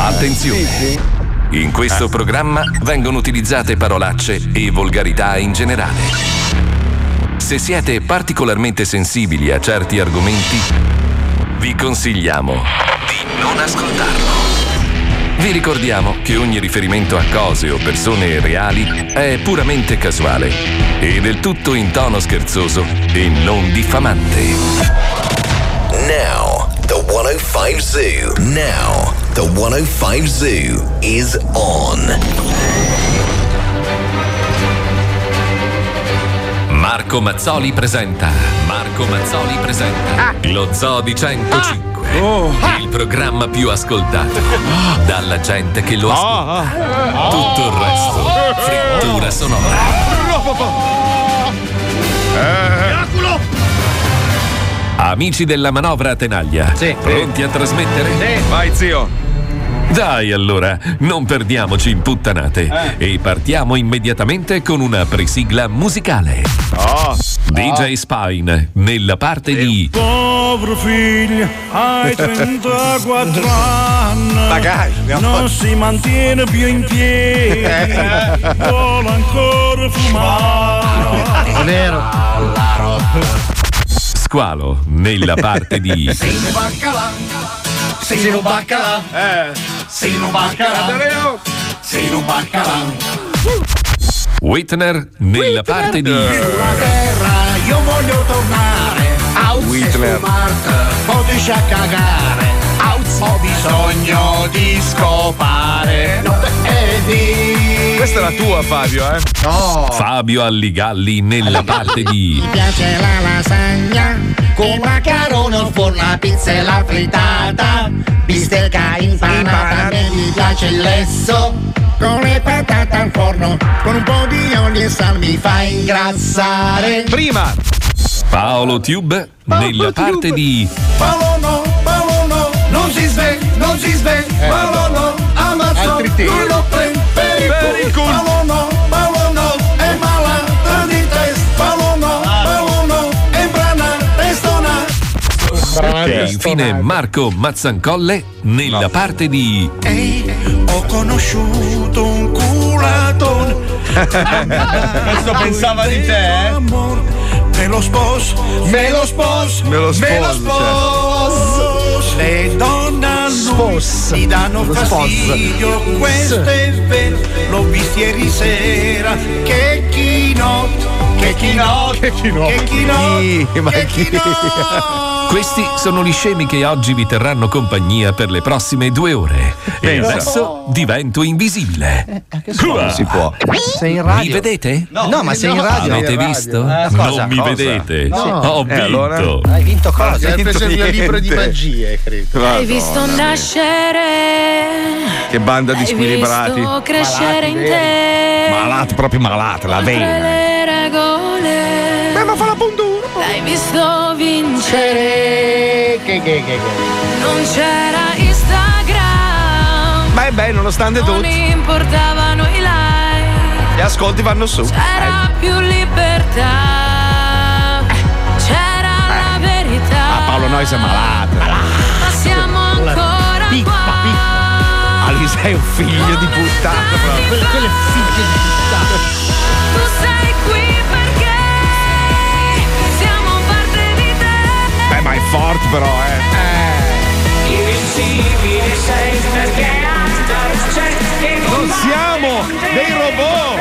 Attenzione! In questo programma vengono utilizzate parolacce e volgarità in generale. Se siete particolarmente sensibili a certi argomenti, vi consigliamo di non ascoltarlo. Vi ricordiamo che ogni riferimento a cose o persone reali è puramente casuale e del tutto in tono scherzoso e non diffamante. Now, the 105 Zoo. Now, the 105 Zoo is on. Marco Mazzoli presenta lo Zoo di 105. Il programma più ascoltato dalla gente che lo ascolta. Tutto il resto, frittura sonora. Amici della manovra a tenaglia, pronti a trasmettere? Sì. Vai, zio. Dai allora, non perdiamoci in puttanate e partiamo immediatamente con una presigla musicale. DJ Spine nella parte di Povero figlio, hai 34 anni, Magari, non si mantiene più in piedi, vuole ancora fumare. È vero. Squalo nella parte di Sino baccalà, sino baccalà, sino baccalà, sino baccalà. Whitner nella parte di Sulla terra io voglio tornare, Whitner. potesci a cagare, ho bisogno di scopare. Questa è la tua, Fabio, eh? No. Fabio Alligalli nella parte di Mi piace la lasagna con macaroni al forno, la pizza e la frittata, bistecca impanata, a me mi piace il lesso con le patate al forno, con un po' di olio e sal mi fa ingrassare. Prima. Paolo Tube nella parte di Paolo no, non si sveglia, Paolo no, ammazzo, lui lo prende per il culo. Paolo no, è malata di testa, Paolo no, è brana testona. e infine Marco Mazzancolle nella parte di Ehi, ho conosciuto un culatone. Questo pensava di te, eh? Me lo sposo. Le donne mi danno fastidio, questo è vero. L'ho visto ieri sera. Che chinotto. Questi sono gli scemi che oggi vi terranno compagnia per le prossime 2 ore. E adesso divento invisibile. Non si può. Sei in radio. Mi vedete? No, ma sei in radio. Avete visto? Cosa? Non mi vedete. Ho vinto. Allora? Hai vinto cosa? Hai preso il mio libro di magie, credo. Hai visto nascere, Che banda di squilibrati. hai visto crescere in te, Malati, proprio malati, la vena. le regole, Ma fa la puntura. l'hai visto vincere, non c'era Instagram, Ma è bello, nonostante non tutto. importavano i like, Gli ascolti vanno su. c'era più libertà, c'era la verità. Paolo Nois è malato. Ma siamo ancora qua. Ali, sei un figlio di puttana proprio. Quelle figlie di puttana. Tu sei qui perché siamo parte di te. Beh, ma è forte però, Invincibile sei perché Non siamo dei robot.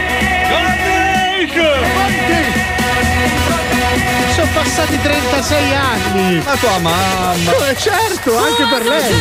Sono passati 36 anni. La tua mamma. Certo, anche per lei.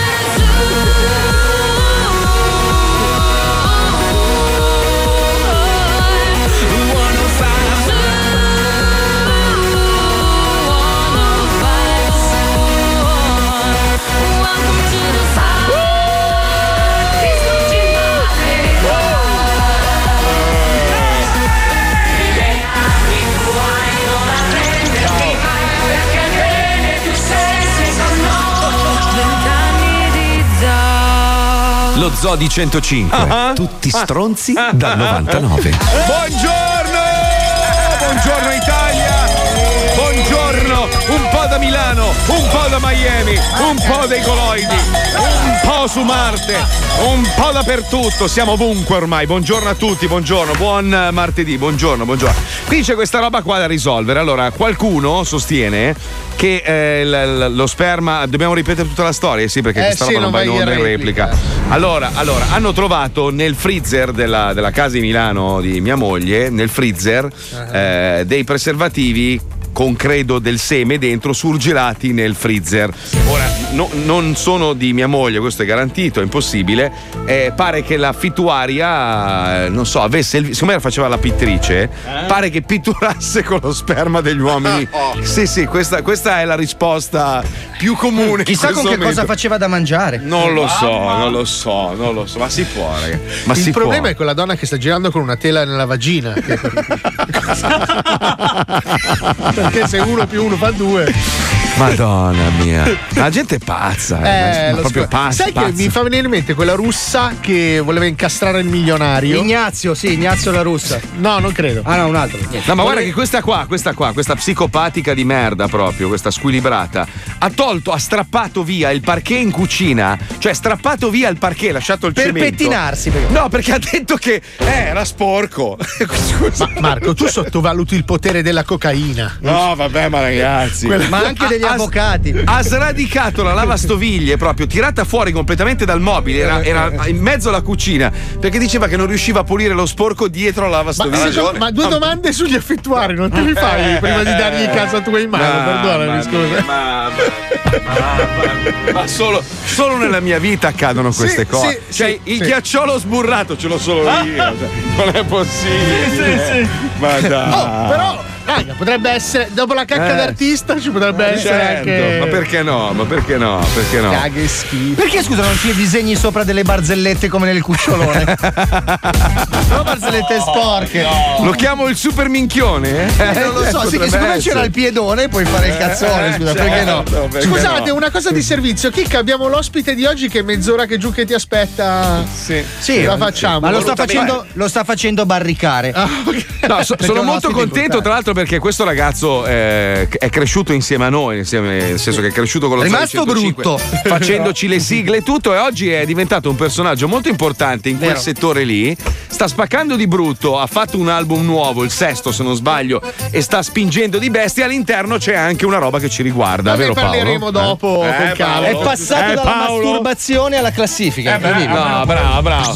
Lo Zoo di 105. Tutti stronzi dal 99. Buongiorno Italia. Buongiorno. Un po' da Milano, un po' da Miami, un po' dei coloidi, un po' po' su Marte, un po' dappertutto, siamo ovunque ormai. Buongiorno a tutti, buongiorno, buon martedì, buongiorno. Qui c'è questa roba qua da risolvere. Allora, qualcuno sostiene che lo sperma, dobbiamo ripetere tutta la storia, sì, perché questa roba non va in onda in replica. Allora, hanno trovato nel freezer della casa di Milano di mia moglie, nel freezer, dei preservativi con credo del seme dentro, surgelati nel freezer. Ora non sono di mia moglie, questo è garantito, è impossibile. Pare che la fittuaria, non so, avesse, siccome faceva la pittrice, pare che pitturasse con lo sperma degli uomini. Sì, questa è la risposta più comune. Chissà con che cosa faceva da mangiare. Non lo so, ma si può, ragazzi. Il problema è quella donna che sta girando con una tela nella vagina. Perché se 1 più 1 fa 2. Madonna mia, la gente è pazza, ma proprio pazza. Sai che mi fa venire in mente quella russa che voleva incastrare il milionario? Ignazio la russa. No, non credo. Ah no, un altro. No, ma guarda che questa psicopatica di merda proprio, questa squilibrata, ha strappato via il parquet in cucina, cioè strappato via il parquet, lasciato il cemento. Per pettinarsi. No, perché ha detto che era sporco. Scusa. Ma Marco, tu sottovaluti il potere della cocaina. No, vabbè, ma ragazzi. Ma anche degli avvocati. Ha sradicato la lavastoviglie proprio, tirata fuori completamente dal mobile, era in mezzo alla cucina, perché diceva che non riusciva a pulire lo sporco dietro la lavastoviglie. Ma 2 domande sugli affittuari non te li fai prima di dargli casa tua in mano? Perdonami, scusa. Ma solo nella mia vita accadono queste cose. Cioè, il ghiacciolo sburrato ce l'ho solo io. Cioè, non è possibile. Sì. Ma dai. Però raga, potrebbe essere, dopo la cacca d'artista ci potrebbe essere anche. Ma perché no? Caghe schifo. Perché scusa non ci disegni sopra delle barzellette come nel cucciolone? No, barzellette sporche. No. Lo chiamo il super minchione? Non lo so, sì, che siccome c'era il piedone puoi fare il cazzone, scusa, perché no? Scusate, una cosa di servizio, Chicca, abbiamo l'ospite di oggi che è mezz'ora che giù che ti aspetta. Sì, la facciamo. Ma lo sta facendo barricare. No, sono molto contento, tra l'altro, perché questo ragazzo è cresciuto insieme a noi, nel senso che è cresciuto con lo rimasto 105, brutto, facendoci le sigle e tutto, e oggi è diventato un personaggio molto importante in quel settore lì. Sta spaccando di brutto, ha fatto un album nuovo, il 6° se non sbaglio, e sta spingendo di bestia. All'interno c'è anche una roba che ci riguarda, vero Paolo? Ne parleremo dopo con calma. È passato dalla masturbazione alla classifica. No, bravo.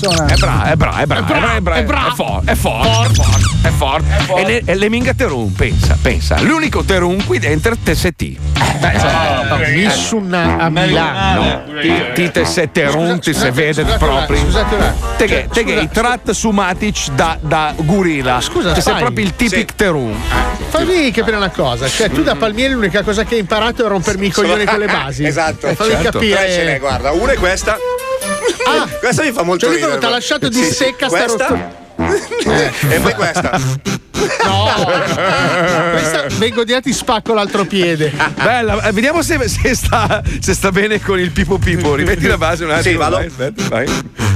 È forte. E le minga Terun, pensa. L'unico Terun qui dentro TST. Nessuna a Milano. Ti se Terun ti se vede proprio. Te che i trat su Matic da gorilla. Scusa, sei proprio il tipic Terun. Fammi capire una cosa, cioè tu da Palmieri l'unica cosa che hai imparato è rompermi i coglioni con le basi. Esatto. Fammi capire. 3 ce n'è, guarda, una è questa. Questa mi fa molto ridere. Cioè, ti ha lasciato di secca sta rottura. E poi questa. No, questa vengo di là, ti spacco l'altro piede. Bella, vediamo se sta bene con il pipo. Rimetti la base un attimo. Sì, vado. Vai.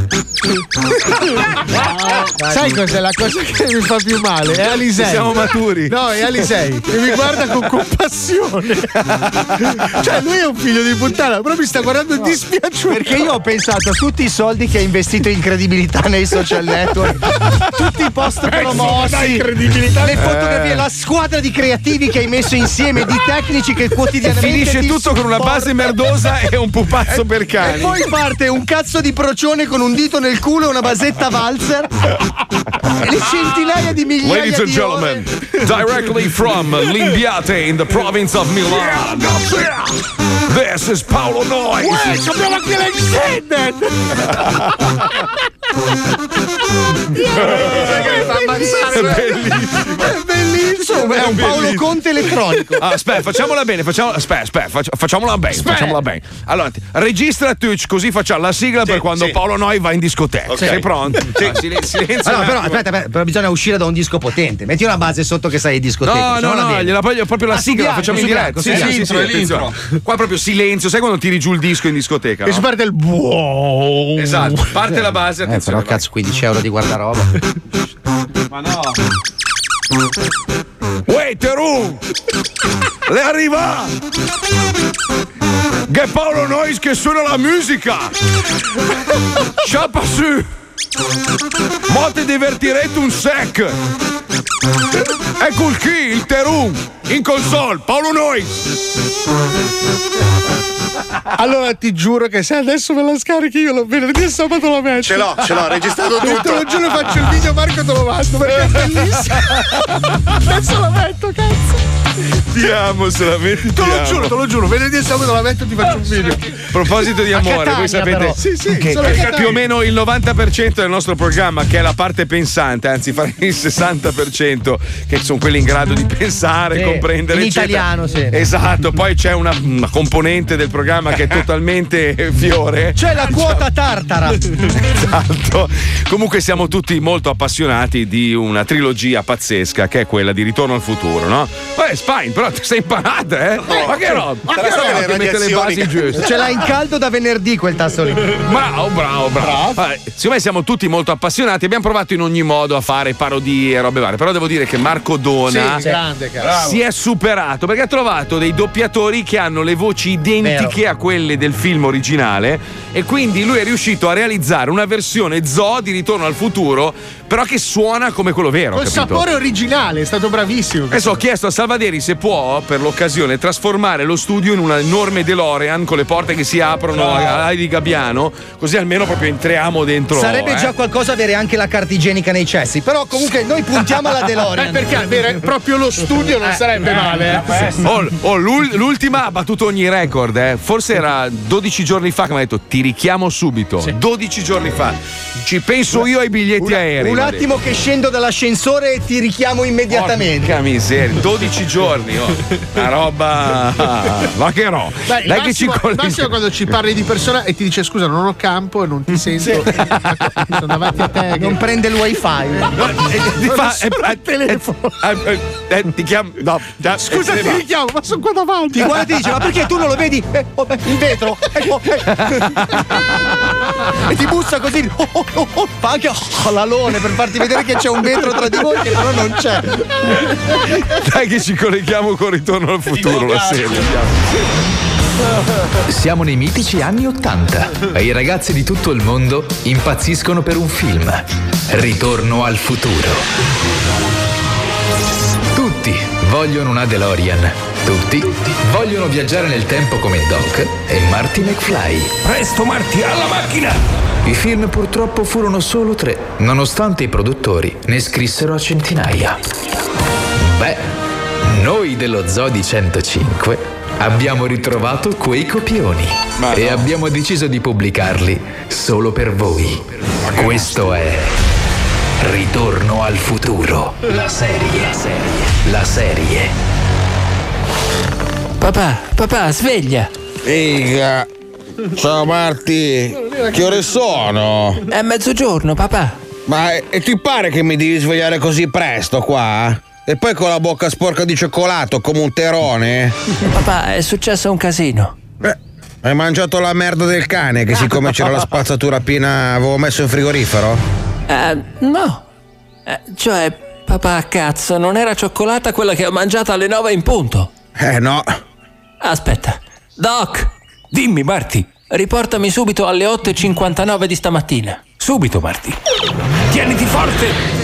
Sai cos'è la cosa che mi fa più male? È Alisei. Siamo maturi. No, è Alisei che mi guarda con compassione. Cioè lui è un figlio di puttana, però mi sta guardando dispiaciuto. Perché io ho pensato a tutti i soldi che ha investito in credibilità nei social network, tutti i post promossi, le fotografie, la squadra di creativi che hai messo insieme, di tecnici che quotidianamente finisce tutto con una base merdosa e un pupazzo per cani. E poi parte un cazzo di procione con un dito nel culo e una basetta valzer. E le centinaia di migliaia Ladies and di gentlemen, directly from Limbiate in the province of Milan, this is Paolo Noyes. Abbiamo anche l'extended. È bellissimo. È un Paolo Conte elettronico. Aspetta, facciamola bene. Facciamola bene. Allora, registra Twitch, così facciamo la sigla per quando Paolo Noi va in discoteca. Okay. Sei pronto? Silenzio. Allora, però aspetta, però bisogna uscire da un disco potente. Metti una base sotto che sai di discoteca. No, gliela voglio proprio la sigla, la facciamo in diretta. Sì, l'intro. Qua proprio silenzio, sai quando tiri giù il disco in discoteca? E si parte il buon. Esatto, parte la base. Però cazzo, 15 euro di guardaroba. Ma no. Uè, Terù! Le arriva! Che Paolo Nois che suona la musica! Sciappa su! Mo ti divertirete un sec! Ecco il chi, il Terù! In console, Paolo Nois! Allora ti giuro che se adesso me la scarichi io lo venerdì e sabato la metto. Ce l'ho, registrato tutto. Te lo giuro, faccio il video, Marco, te lo mando perché è bellissimo. Adesso la metto, cazzo. Ti amo, se la metti. Te lo giuro, venerdì e sabato la metto e ti faccio un video. A proposito di amore, Catania, voi sapete però. Sì, che sono a Catania. più o meno il 90% del nostro programma, che è la parte pensante, anzi farei il 60%, che sono quelli in grado di pensare, Sì, comprendere, in eccetera. italiano, sì. Esatto, poi c'è una componente del programma che è totalmente fiore. C'è la quota tartara. Esatto. Comunque siamo tutti molto appassionati di una trilogia pazzesca che è quella di Ritorno al futuro, no? Spine, però ti sei imparata, eh? Ma che roba? Ma che roba che mette le basi giuste? Ce l'ha in caldo da venerdì quel tasto lì. Bravo. Siccome siamo tutti molto appassionati, abbiamo provato in ogni modo a fare parodie e robe varie. Però devo dire che Marco Dona Grande, cazzo. si è superato perché ha trovato dei doppiatori che hanno le voci identiche a quelle del film originale e quindi lui è riuscito a realizzare una versione Zoo di Ritorno al futuro, però che suona come quello vero. Col capito? sapore originale, è stato bravissimo. Adesso ho chiesto a Salvaderi se può, per l'occasione, trasformare lo studio in una enorme DeLorean con le porte che si aprono a di Gabbiano, così almeno proprio entriamo dentro. Sarebbe già qualcosa avere anche la carta igienica nei cessi, però comunque noi puntiamo alla DeLorean. Perché avere proprio lo studio non sarebbe male. L'ultima ha battuto ogni record, forse era 12 giorni fa che mi ha detto ti richiamo subito. 12 giorni fa. Ci penso io ai biglietti aerei. Un attimo che scendo dall'ascensore e ti richiamo immediatamente. Porca miseria, 12 giorni, una roba. Ma che roba. Dai, Dai che ci il massimo quando ci parli di persona e ti dice scusa, non ho campo e non ti sento. Sono davanti a te. Non prende il wifi. Il telefono. Ti chiamo. No, Scusa, ti richiamo, ma sono qua davanti. Ti guarda e ti dice, ma perché tu non lo vedi? Il vetro. E ti bussa così. Fa anche l'alone per farti vedere che c'è un vetro tra di voi che però non c'è. Dai che ci colleghiamo con Ritorno al futuro la sera. Siamo nei mitici anni '80 e i ragazzi di tutto il mondo impazziscono per un film. Ritorno al futuro. Tutti vogliono una DeLorean. Tutti vogliono viaggiare nel tempo come Doc e Marty McFly. Presto Marty, alla macchina! I film purtroppo furono solo 3, nonostante i produttori ne scrissero a centinaia. Beh, noi dello Zoo di 105 abbiamo ritrovato quei copioni e abbiamo deciso di pubblicarli solo per voi. Questo è Ritorno al futuro. La serie. Papà, sveglia! Figa. Ciao Marti, che ore sono? È mezzogiorno, papà. Ma e ti pare che mi devi svegliare così presto qua? E poi con la bocca sporca di cioccolato come un terone? Papà, è successo un casino. Beh, hai mangiato la merda del cane che siccome c'era la spazzatura piena avevo messo in frigorifero? No. Cioè, papà, cazzo, non era cioccolata quella che ho mangiato alle 9 in punto? No. Aspetta. Doc! Dimmi, Marty. Riportami subito alle 8:59 di stamattina. Subito, Marty. Tieniti forte!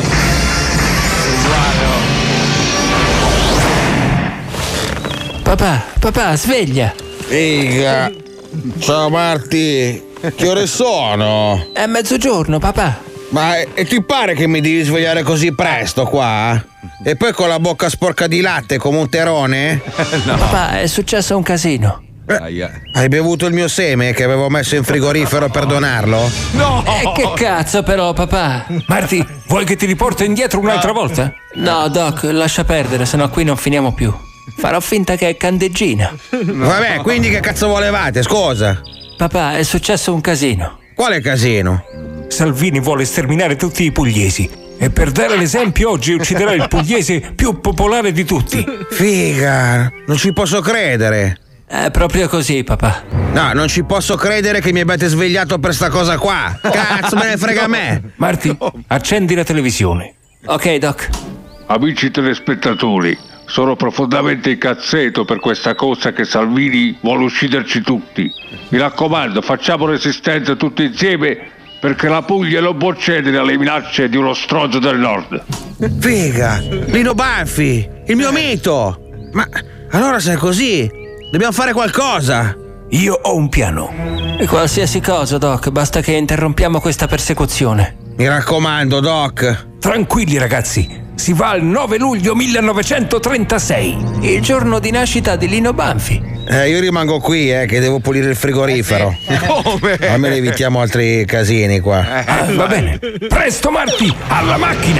Papà, sveglia! Figa. Ciao Marti, che ore sono? È mezzogiorno, papà. Ma e ti pare che mi devi svegliare così presto qua? E poi con la bocca sporca di latte come un terone? No. Papà, è successo un casino. Hai bevuto il mio seme che avevo messo in frigorifero per donarlo? No! Che cazzo però, papà? Marty, vuoi che ti riporto indietro un'altra volta? No, Doc, lascia perdere, sennò qui non finiamo più. Farò finta che è candeggina. Vabbè, quindi che cazzo volevate, scusa? Papà, è successo un casino. Quale casino? Salvini vuole sterminare tutti i pugliesi e per dare l'esempio oggi ucciderà il pugliese più popolare di tutti. Figa, non ci posso credere. È proprio così, papà. No, non ci posso credere che mi abbiate svegliato per sta cosa qua. Cazzo, me ne frega a me. Marty, accendi la televisione. Ok, Doc. amici telespettatori, sono profondamente incazzato per questa cosa che Salvini vuole ucciderci tutti. Mi raccomando, facciamo resistenza tutti insieme, perché la Puglia non può cedere alle minacce di uno stronzo del nord. Figa, Lino Banfi, il mio mito. Ma allora se è così, dobbiamo fare qualcosa. Io ho un piano. E qualsiasi cosa, Doc, basta che interrompiamo questa persecuzione. Mi raccomando, Doc. Tranquilli, ragazzi. Si va al 9 luglio 1936, il giorno di nascita di Lino Banfi. Io rimango qui, che devo pulire il frigorifero. Come? Almeno evitiamo altri casini qua. Va bene. Presto, Marti, alla macchina!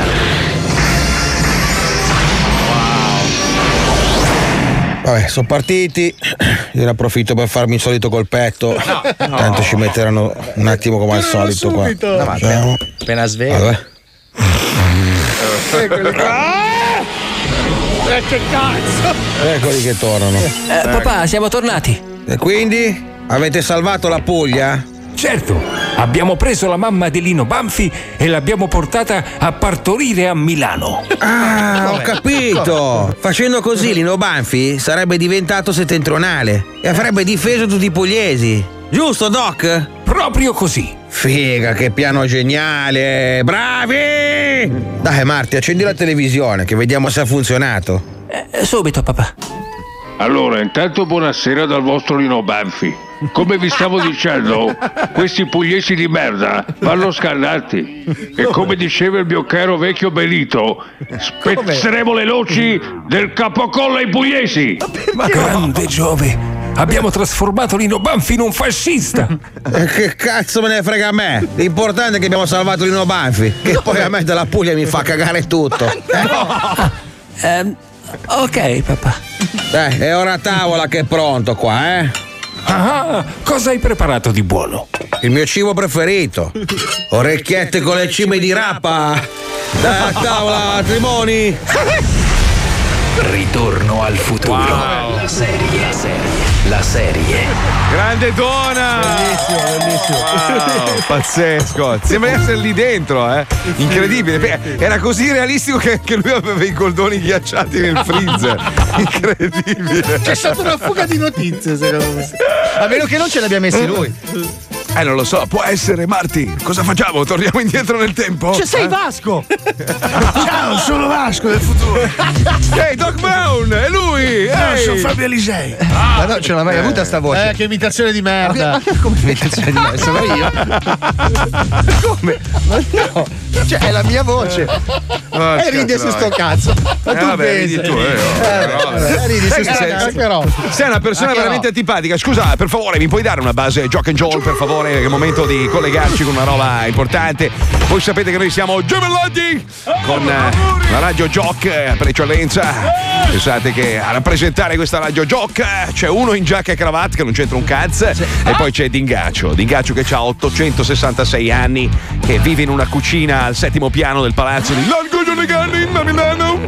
Vabbè, sono partiti. Io ne approfitto per farmi il solito colpetto. Tanto ci metteranno un attimo come al solito qua. No, ma appena sveglio. Vabbè. Che cazzo! Eccoli che tornano. Papà, siamo tornati. E quindi? Avete salvato la Puglia? Certo, abbiamo preso la mamma di Lino Banfi e l'abbiamo portata a partorire a Milano. Ah, ho capito! Facendo così Lino Banfi sarebbe diventato settentrionale e avrebbe difeso tutti i pugliesi. Giusto, Doc? Proprio così. Figa, che piano geniale! Bravi! Dai, Marti, accendi la televisione che vediamo se ha funzionato. Subito, papà. Allora, intanto buonasera dal vostro Lino Banfi. Come vi stavo dicendo, questi pugliesi di merda vanno scannati. E come diceva il mio caro vecchio Benito, spezzeremo le noci del capocollo ai pugliesi. Ma grande Giove! Abbiamo trasformato Lino Banfi in un fascista! Che cazzo me ne frega a me? L'importante è che abbiamo salvato Lino Banfi, che poi a me della Puglia mi fa cagare tutto. Ok, papà. È ora a tavola che è pronto qua, Ah, cosa hai preparato di buono? Il mio cibo preferito. Orecchiette con le cime di rapa. Dai a tavola, Trimoni. Ritorno al futuro. Wow. La serie. Grande Dona! Bellissimo. Wow, pazzesco. Sembra essere lì dentro, Incredibile. Era così realistico che lui aveva i cordoni ghiacciati nel freezer. Incredibile. C'è stata una fuga di notizie, secondo me. A meno che non ce l'abbia messi lui. Non lo so, può essere, Marti. Cosa facciamo? Torniamo indietro nel tempo? Sei Vasco! Ciao, sono Vasco del futuro. Ehi, Doc Brown, è lui! Sono Fabio Alisei. Ma no, ce l'ha mai avuta sta voce? Che imitazione di merda! Come imitazione di merda? Sono io? Come? Ma no! Cioè, è la mia voce! E ride su sto cazzo! Ma tu vabbè, pensi? ridi tu, ridi su sto cazzo! Sei una persona veramente antipatica. Scusa, per favore, mi puoi dare una base Jock and Joel, per favore? Che è il momento di collegarci con una roba importante. Voi sapete che noi siamo gemellati con la Radio Jock per eccellenza. Pensate che a rappresentare questa Radio Jock c'è uno in giacca e cravatta che non c'entra un cazzo, e poi c'è Dingaccio che ha 866 anni, che vive in una cucina al 7° piano del palazzo di Largo Gianegani a Milano.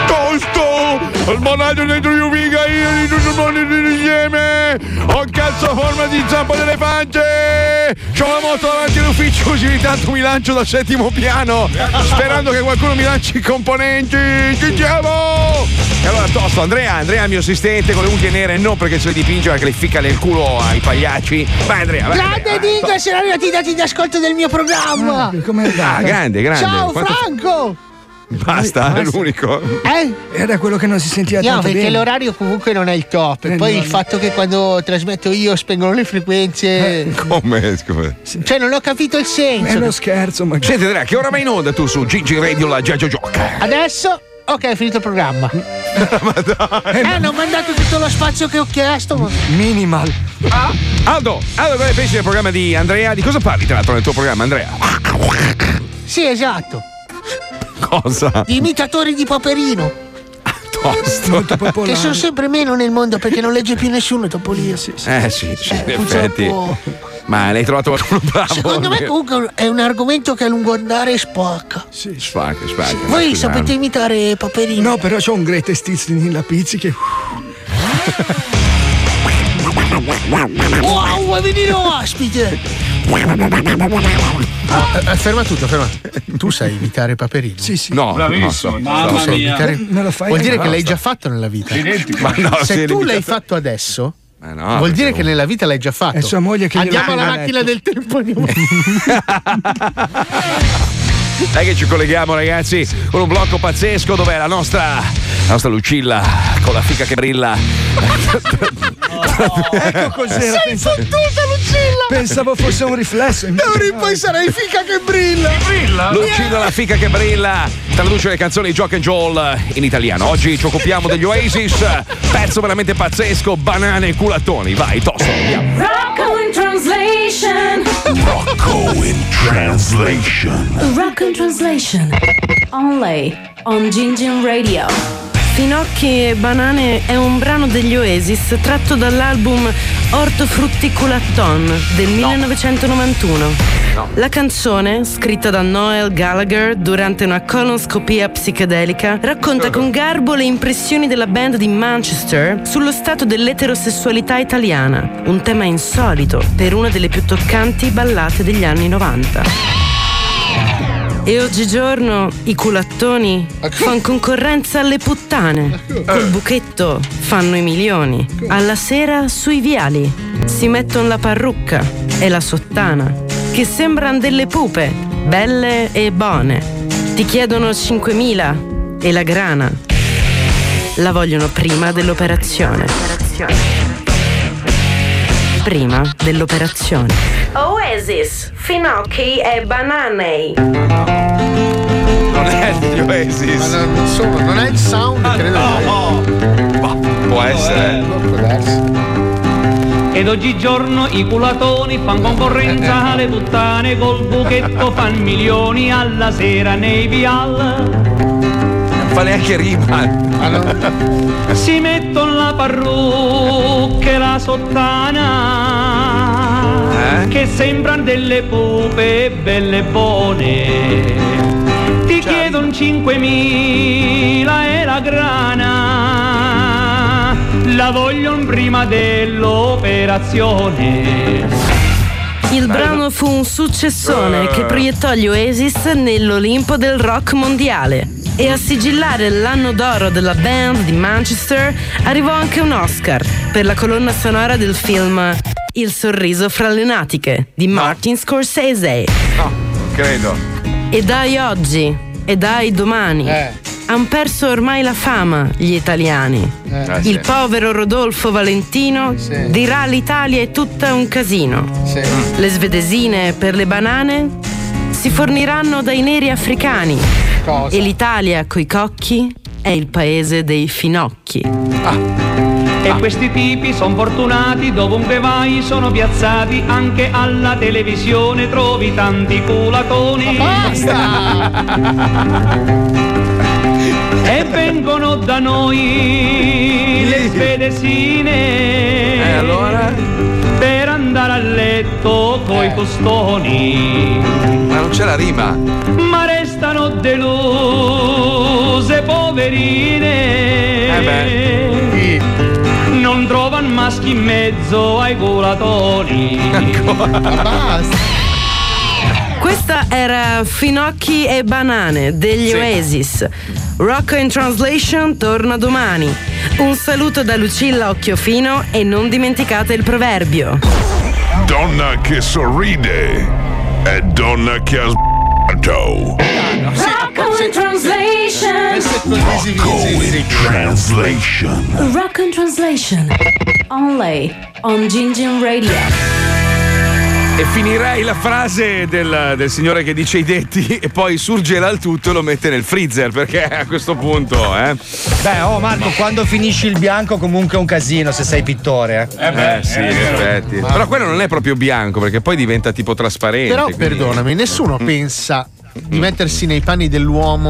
Tosto il monaggio dentro gli ubica, io di tutto il mondo insieme ho un cazzo a forma di zampa dell'elefante. C'ho la moto davanti all'ufficio, così ogni tanto mi lancio dal 7° piano sperando che qualcuno mi lanci i componenti. Ci siamo! E allora Tosto, Andrea è il mio assistente con le unghie nere, non perché se le dipinge, ma che le ficca nel culo ai pagliacci. Vai Andrea, vai. Grande Dingo, sono arrivati i dati d'ascolto del mio programma. Grande. Ciao Franco! Basta, è l'unico. Era quello che non si sentiva tanto perché bene. l'orario comunque non è il top. E poi il fatto che quando trasmetto io spengono le frequenze. Come? Scusa. Cioè, non ho capito il senso. È uno scherzo, ma. Senti Andrea, che ora vai in onda tu su Gigi Radio, la Giaggio Gioca? Adesso? Ok, è finito il programma. Ma dai. Hanno mandato tutto lo spazio che ho chiesto. Minimal. Aldo, cosa pensi del programma di Andrea? Di cosa parli tra l'altro nel tuo programma, Andrea? Sì, esatto. Cosa? Gli imitatori di Paperino. Tosto. Che sono sempre meno nel mondo perché non legge più nessuno Topolino. Sì, in effetti. Ma ne hai trovato qualcuno bravo? Secondo me comunque è un argomento che a lungo andare spacca. Sì. Spacca. Voi sapete imitare Paperino? No, però c'ho un greatest hits di Nilla Pizzi che. Wow, vuoi venire ospite? Ferma tutto, ferma. Tu sai imitare Paperino? Sì. No, bravissimo. Mamma mia. Me lo fai vuol dire che l'hai già fatto nella vita. Ma no, se tu l'hai fatto adesso, no, vuol dire che nella vita l'hai già fatto. È sua moglie che andiamo alla macchina del tempo. Dai che ci colleghiamo, ragazzi, con un blocco pazzesco dove la nostra Lucilla con la fica che brilla. Ecco cos'era. Sei fottuta, Lucilla! Pensavo fosse un riflesso. Poi sarai fica che brilla. Lucilla la fica che brilla traduce le canzoni Jock and Joel in italiano. Oggi ci occupiamo degli Oasis, pezzo veramente pazzesco, banane e culatoni. Vai, tosto, andiamo. Rocco in translation. Rocco in translation. Rocco in translation. Only on Gingin Radio. Finocchi e banane è un brano degli Oasis tratto dall'album Ortofrutticulaton del 1991. La canzone, scritta da Noel Gallagher durante una colonoscopia psichedelica, racconta con garbo le impressioni della band di Manchester sullo stato dell'eterosessualità italiana, un tema insolito per una delle più toccanti ballate degli anni 90. E oggigiorno i culattoni fanno concorrenza alle puttane. Col buchetto fanno i milioni. Alla sera sui viali si mettono la parrucca e la sottana, che sembran delle pupe, belle e buone. Ti chiedono 5.000 e la grana la vogliono prima dell'operazione. Prima dell'operazione. Oasis, finocchi e banane. Non è degli Oasis. Ma non è il sound, credo. Può essere. Può darsi. Ed oggigiorno i culatoni fan concorrenza alle puttane, col buchetto fan milioni alla sera nei vial. Non fa neanche rima. Si mettono la parrucca e la sottana, che sembrano delle pupe belle e buone. Ti chiedono 5.000 e la grana la vogliono prima dell'operazione. Il brano fu un successone che proiettò gli Oasis nell'Olimpo del rock mondiale. E a sigillare l'anno d'oro della band di Manchester arrivò anche un Oscar per la colonna sonora del film Il sorriso fra le natiche di Martin Scorsese. No, credo. E dai oggi, e dai domani, han perso ormai la fama gli italiani. Il povero Rodolfo Valentino dirà l'Italia è tutta un casino. Le svedesine per le banane si forniranno dai neri africani. E l'Italia coi cocchi è il paese dei finocchi. E questi tipi son fortunati, dovunque vai sono piazzati, anche alla televisione trovi tanti culatoni. E vengono da noi le svedesine, allora? per andare a letto coi costoni. Ma non c'è la rima. Ma restano deluse poverine, non trovano maschi in mezzo ai culatoni. Basta. Questa era Finocchi e banane degli Oasis. Rocco in Translation torna domani. Un saluto da Lucilla Occhiofino e non dimenticate il proverbio: donna che sorride è donna che ha sbagliato. Rocco in translation. Rocco in translation. Rocco in translation. Only on Gingin Radio. E finirei la frase del signore che dice i detti e poi surgela il tutto e lo mette nel freezer, perché a questo punto, Beh, Marco, quando finisci il bianco comunque è un casino se sei pittore. Sì, in effetti. Però quello non è proprio bianco, perché poi diventa tipo trasparente. Però quindi... perdonami, nessuno pensa di mettersi nei panni dell'uomo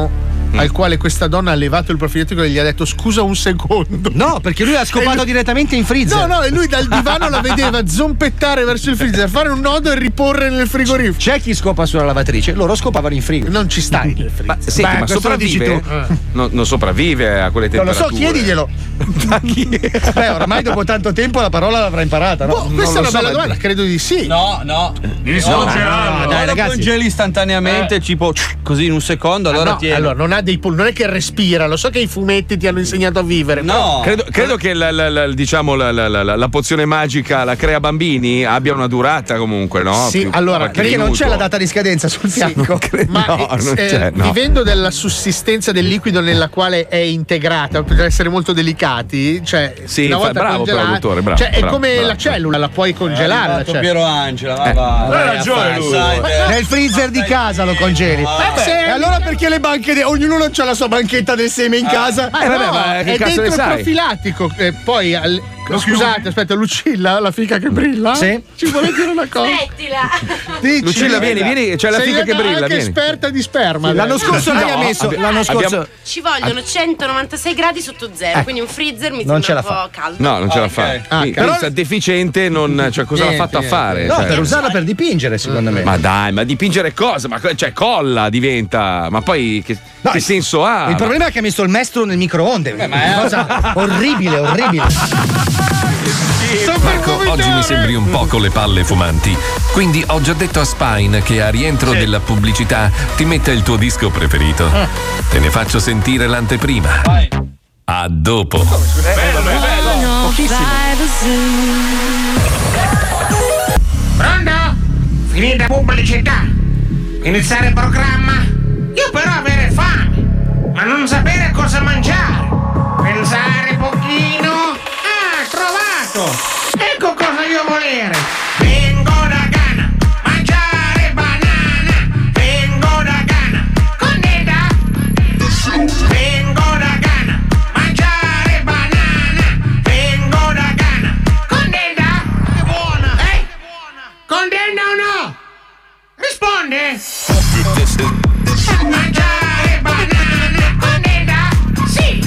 al quale questa donna ha levato il profilettico e gli ha detto scusa un secondo. No, perché lui ha scopato direttamente in freezer. No, e lui dal divano la vedeva zompettare verso il freezer, fare un nodo e riporre nel frigorifero. C'è chi scopa sulla lavatrice, loro scopavano in frigo. Non ci stai nel freezer. Ma senti, ma sopravvive? Non sopravvive a quelle temperature. Non lo so, chiediglielo. Beh, oramai dopo tanto tempo la parola l'avrà imparata, no? Questa è una bella domanda, credo di sì. No. Dai, ragazzi. Congeli istantaneamente, tipo così in un secondo, allora tieni. Allora, non è che respira, lo so che i fumetti ti hanno insegnato a vivere. No. Credo che la pozione magica, la crea bambini, abbia una durata comunque, no? Sì, allora, perché non c'è la data di scadenza sul fianco. Vivendo della sussistenza del liquido nella quale è integrata, per essere molto delicati, cioè una volta bravo produttore, bravo. È come la cellula, la puoi congelare. Piero Angela, va. Hai ragione lui. Nel freezer di casa lo congeli. E allora perché le banche ognuno c'ha la sua banchetta del seme in casa? Ma è dentro il profilattico. Poi scusate, aspetta, Lucilla, la fica che brilla? Sì. Ci vuole dire una cosa? Smettila. Lucilla, vieni, c'è la fica che brilla. Sei esperta di sperma. L'anno scorso lei ha messo. L'anno scorso. Ci vogliono 196 gradi sotto zero, quindi un freezer mi non sembra ce un la po' caldo. No, non ce la fa. Però è deficiente, cosa l'ha fatto a fare? No, per usarla per dipingere, secondo me. Ma dai, ma dipingere cosa? Colla diventa. Ma poi che senso ha? Il problema è che ha messo il mestro nel microonde. Ma è una cosa orribile. Marco, oggi mi sembri un po' con le palle fumanti. Quindi ho già detto a Spine che a rientro della pubblicità ti metta il tuo disco preferito. Te ne faccio sentire l'anteprima. Vai. A dopo. Bello. Pochissimo. Pronto? Finita pubblicità. Iniziare il programma. Io però avere fame, ma non sapere cosa mangiare. Pensare pochino. Trovato! Ecco cosa io volere! Vengo da Ghana, mangiare banana! Vengo da Ghana, condena! Vengo da Ghana, mangiare banana! Vengo da Ghana, condena! Che buona! Condena o no? Risponde! Mangiare banana, condena! Sì!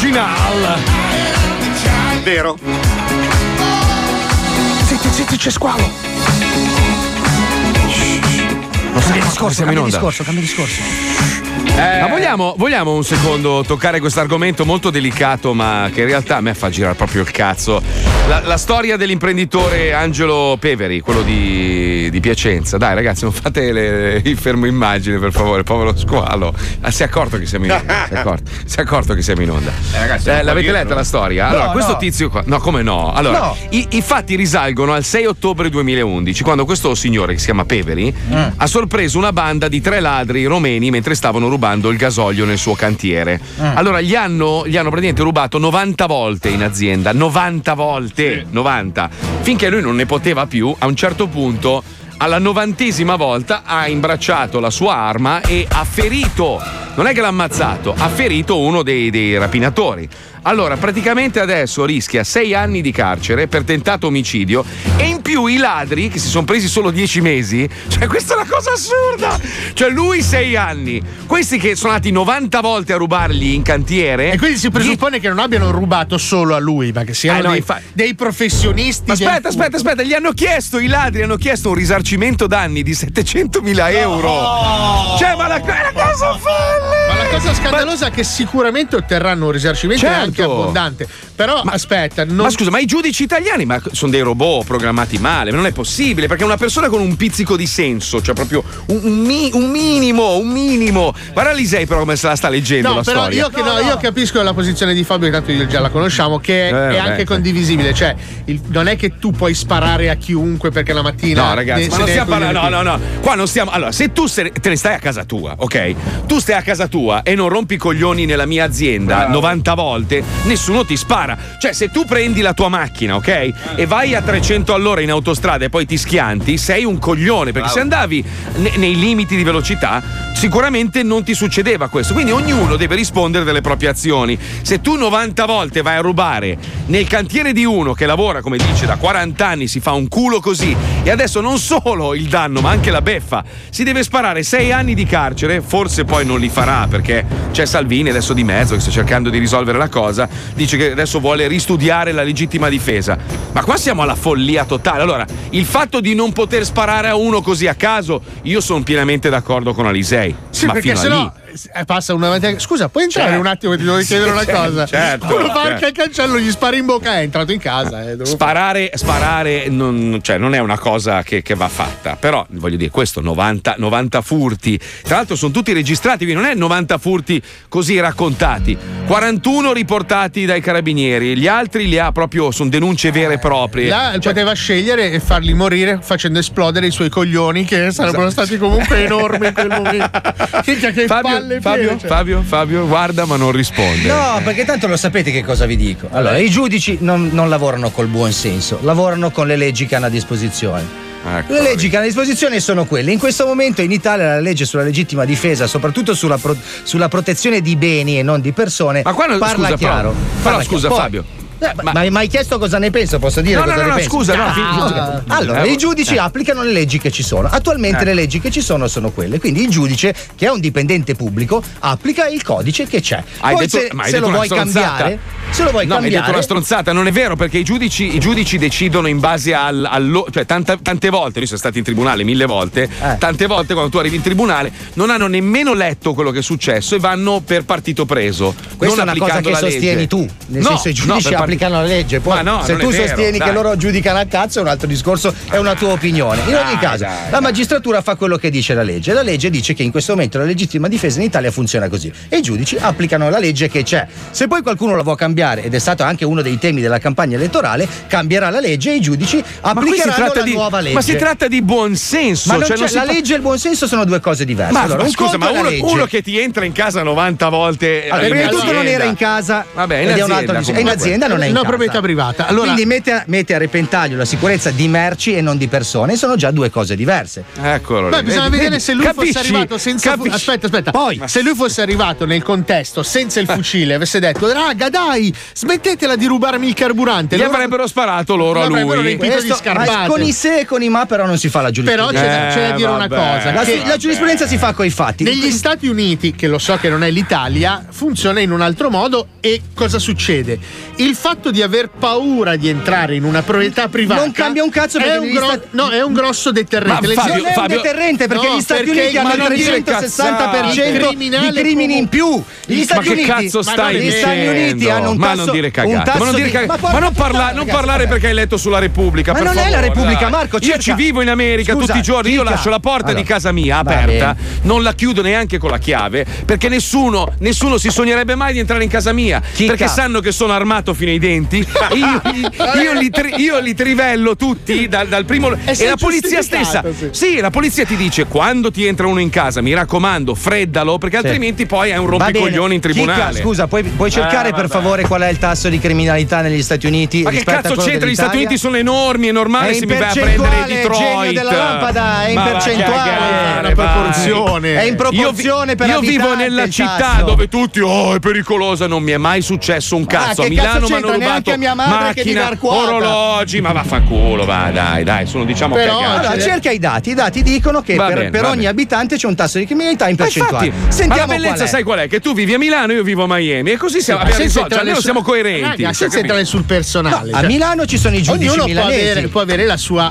original. Vero. Zitti, c'è squalo. Cambia discorso. Ma vogliamo un secondo toccare questo argomento molto delicato, ma che in realtà a me fa girare proprio il cazzo. La storia dell'imprenditore Angelo Peveri, quello di Piacenza. Dai ragazzi, non fate il fermo immagine, per favore, povero squalo. Si è accorto che siamo in onda. Si è accorto che siamo in onda. Ragazzi, l'avete letta la storia? Allora, questo tizio qua. No, come no? Allora, i fatti risalgono al 6 ottobre 2011, quando questo signore che si chiama Peveri ha sorpreso una banda di 3 ladri romeni mentre stavano rubando il gasolio nel suo cantiere. Allora gli hanno praticamente rubato 90 volte in azienda, 90 volte, 90, finché lui non ne poteva più. A un certo punto, alla 90esima volta, ha imbracciato la sua arma e ha ferito, non è che l'ha ammazzato, ha ferito uno dei rapinatori. Allora, praticamente adesso rischia 6 anni di carcere per tentato omicidio e in più i ladri, che si sono presi solo 10 mesi, cioè questa è una cosa assurda, cioè lui 6 anni, questi che sono andati 90 volte a rubargli in cantiere. E quindi si presuppone che non abbiano rubato solo a lui, ma che siano dei professionisti. Ma aspetta, i ladri hanno chiesto un risarcimento danni di 700.000 euro. Cioè, ma la cosa folle! Ma la cosa scandalosa è che sicuramente otterranno un risarcimento anche abbondante. Però aspetta, ma scusa, ma i giudici italiani sono dei robot programmati male, non è possibile, perché una persona con un pizzico di senso, cioè proprio un minimo. Guarda Lisei però come se la sta leggendo la storia. Io capisco la posizione di Fabio, tanto io già la conosciamo, che è anche condivisibile, cioè non è che tu puoi sparare a chiunque perché la mattina. No, ragazzi, ma non stiamo parlando. No. Qua non stiamo. Allora, se tu te ne stai a casa tua, ok? Tu stai a casa tua e non rompi i coglioni nella mia azienda 90 volte, nessuno ti spara. Cioè, se tu prendi la tua macchina, ok? E vai a 300 all'ora in autostrada e poi ti schianti, sei un coglione, perché se andavi nei limiti di velocità, sicuramente non ti succedeva questo. Quindi ognuno deve rispondere delle proprie azioni. Se tu 90 volte vai a rubare nel cantiere di uno che lavora, come dice, da 40 anni, si fa un culo così, e adesso non solo il danno, ma anche la beffa, si deve sparare 6 anni di carcere, forse poi non li farà, perché c'è Salvini adesso di mezzo che sta cercando di risolvere la cosa, dice che adesso vuole ristudiare la legittima difesa. Ma qua siamo alla follia totale. Allora, il fatto di non poter sparare a uno così a caso, io sono pienamente d'accordo con Alisei. Sì, ma perché sennò passa una. Scusa, puoi entrare un attimo che ti devo chiedere una cosa? Certo. Uno varca il cancello, gli spari in bocca, è entrato in casa. Sparare non è una cosa che va fatta. Però voglio dire, questo 90 furti. Tra l'altro sono tutti registrati, quindi non è 90 furti così raccontati. 41 riportati dai carabinieri, gli altri li ha proprio, sono denunce vere e proprie. Poteva scegliere e farli morire facendo esplodere i suoi coglioni, che sarebbero stati comunque enormi in quel momento. Fabio, guarda, ma non risponde. No, perché tanto lo sapete che cosa vi dico. Allora, i giudici non lavorano col buon senso, lavorano con le leggi che hanno a disposizione. Le leggi che hanno a disposizione sono quelle. In questo momento in Italia la legge sulla legittima difesa, soprattutto sulla protezione di beni e non di persone, parla chiaro. Però scusa, Fabio. Ma mi hai chiesto cosa ne penso? Posso dire cosa ne penso? Scusa, allora, i giudici applicano le leggi che ci sono. Attualmente le leggi che ci sono quelle. Quindi il giudice, che è un dipendente pubblico, applica il codice che c'è. Poi se lo vuoi cambiare, hai detto una stronzata, non è vero, perché i giudici decidono in base cioè tante volte, noi siamo stati in tribunale 1000 volte, tante volte quando tu arrivi in tribunale non hanno nemmeno letto quello che è successo e vanno per partito preso. Questa non è una cosa che sostieni tu, nel senso i giudici applicano la legge. Poi se tu sostieni che loro giudicano a cazzo è un altro discorso, è una tua opinione. In ogni caso, la magistratura fa quello che dice la legge. La legge dice che in questo momento la legittima difesa in Italia funziona così e i giudici applicano la legge che c'è. Se poi qualcuno la vuole cambiare, ed è stato anche uno dei temi della campagna elettorale, cambierà la legge e i giudici applicheranno la nuova legge. Ma si tratta di buon senso. Ma la legge e il buon senso sono due cose diverse. Ma scusa, ma uno che ti entra in casa 90 volte. Allora, prima di tutto non era in casa, vabbè, in azienda non è in una casa. proprietà privata. Allora, quindi mette a repentaglio la sicurezza di merci e non di persone. Sono già due cose diverse. Eccolo. Beh, bisogna vedere se lui fosse arrivato senza aspetta. Poi, se lui fosse arrivato nel contesto senza il fucile, avesse detto: raga, dai, smettetela di rubarmi il carburante. Gli avrebbero sparato loro a lui. Ma con i se e con i ma, però non si fa la giurisprudenza. Però c'è da dire una cosa: la giurisprudenza si fa coi fatti. Negli Stati Uniti, che lo so che non è l'Italia, funziona in un altro modo. E cosa succede? Il fatto di aver paura di entrare in una proprietà privata non cambia un cazzo, perché è un grosso deterrente. Ma non è un deterrente, perché gli Stati Uniti hanno il 360% di crimini in più. Gli Stati Uniti, gli Stati Uniti hanno un tasso, ma non dire cagate. Ma non parlare perché hai letto sulla Repubblica. Ma per non favore, è la Repubblica, Marco. Io ci vivo in America tutti i giorni. Io lascio la porta di casa mia aperta, non la chiudo neanche con la chiave, perché nessuno si sognerebbe mai di entrare in casa mia. Perché sanno che sono armato fino ai denti. Io li trivello tutti dal primo. E la polizia stessa. Sì, la polizia ti dice: quando ti entra uno in casa, mi raccomando, freddalo, perché altrimenti poi è un rompicoglioni in tribunale. Chicca, scusa, puoi cercare per favore qual è il tasso di criminalità negli Stati Uniti? Ma che cazzo c'entra? Gli Stati Uniti sono enormi, è normale se mi vai a prendere Detroit. Il genio della lampada è in percentuale, è una proporzione. È in proporzione per io vivo nella città dove tutti è pericolosa, non mi è mai successo un cazzo. A Milano mi hanno rubato macchina, orologi, ma vaffanculo, va, dai, sono diciamo cagati. Allora, cerca i dati dicono che per ogni abitante c'è un tasso di criminalità in percentuale. Ma la bellezza sai qual è? Che tu vivi a Milano, io vivo a Miami e così abbiamo risolto, almeno siamo coerenti. Senza entrare sul personale. A Milano ci sono i giudici milanesi. Può avere la sua.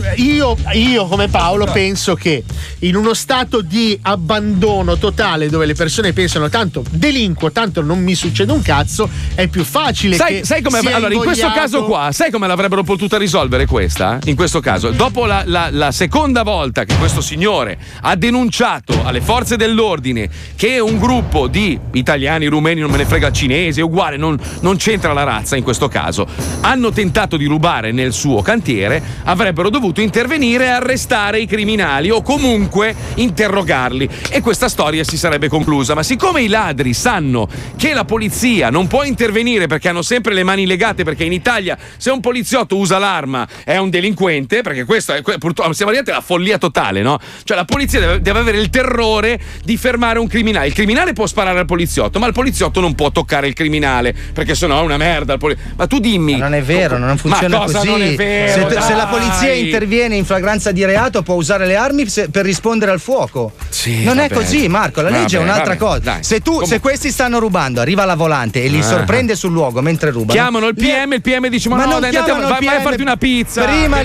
Io come Paolo penso che in uno stato di abbandono totale, dove le persone pensano tanto delinquo, tanto non mi succede un cazzo, è più facile. Sai come? Allora, in questo caso qua, sai come l'avrebbero potuta risolvere questa? In questo caso, dopo la seconda volta che questo signore ha denunciato alle forze dell'ordine che un gruppo di italiani, rumeni, non me ne frega, cinesi, è uguale, non c'entra la razza in questo caso, hanno tentato di rubare nel suo cantiere, avrebbero dovuto intervenire e arrestare i criminali o comunque interrogarli e questa storia si sarebbe conclusa. Ma siccome i ladri sanno che la polizia non può intervenire perché hanno sempre le mani legate, perché in Italia se un poliziotto usa l'arma è un delinquente, perché questo è purtroppo siamo arrivati alla follia totale, no? Cioè la polizia deve avere il terrore di fermare un criminale. Il criminale può sparare al poliziotto, ma il poliziotto non può toccare il criminale perché sennò è una merda. Ma tu dimmi, ma non è vero, non funziona così. Non è vero, se la polizia interviene in flagranza di reato può usare le armi per rispondere al fuoco. Non è così, Marco, la legge è un'altra cosa. Dai, se questi stanno rubando, arriva la volante e li sorprende sul luogo mentre rubano, chiamano il PM dice: ma no, dai, vai a farti una pizza. Prima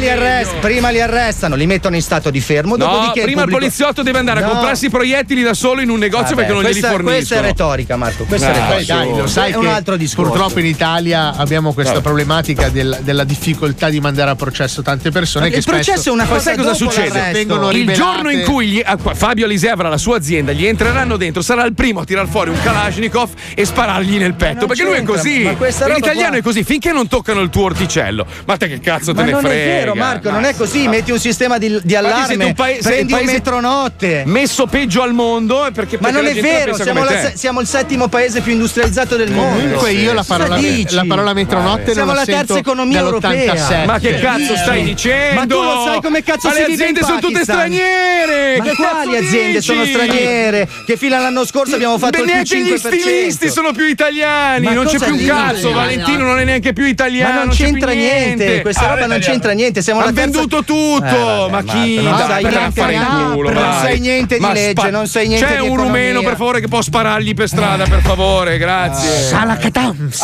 li arrestano, li mettono in stato di fermo. Dopodiché prima il poliziotto deve andare a comprarsi i proiettili da solo in un negozio perché non glieli forniscono. Questa è retorica, Marco. Questa è retorica. Dai, lo sai, è un altro discorso. Purtroppo in Italia abbiamo questa problematica della difficoltà di mandare a processo tante persone. Il processo è una cosa. Sai cosa succede? Il giorno in cui Fabio Alisei avrà la sua azienda, gli entreranno dentro, sarà il primo a tirar fuori un Kalashnikov e sparargli nel petto. Perché lui è così. L'italiano è così, finché non toccano il tuo orticello. Ma te che cazzo te ne frega? Ma non è vero, Marco, non è così. Metti un sistema di allarme, prendi un metronotte. Messo peggio al mondo perché ma non è vero, siamo il settimo paese più industrializzato del mondo. Comunque io la parola metronotte siamo non la la terza economia europea. Ma che cazzo stai dicendo? Ma tu lo sai come cazzo si vive in aziende sono tutte straniere. Ma quali aziende sono straniere? Che fino all'anno scorso abbiamo fatto il più 5%. Gli stilisti sono più italiani, non c'è più un cazzo. Valentino non è neanche più italiano. Ma non c'entra niente, questa roba non c'entra niente. Ha venduto tutto. Ma chi? Non sai niente di legge, non sai niente di C'è un rumeno per favore che può sparargli per strada, per favore, grazie. Salacatams.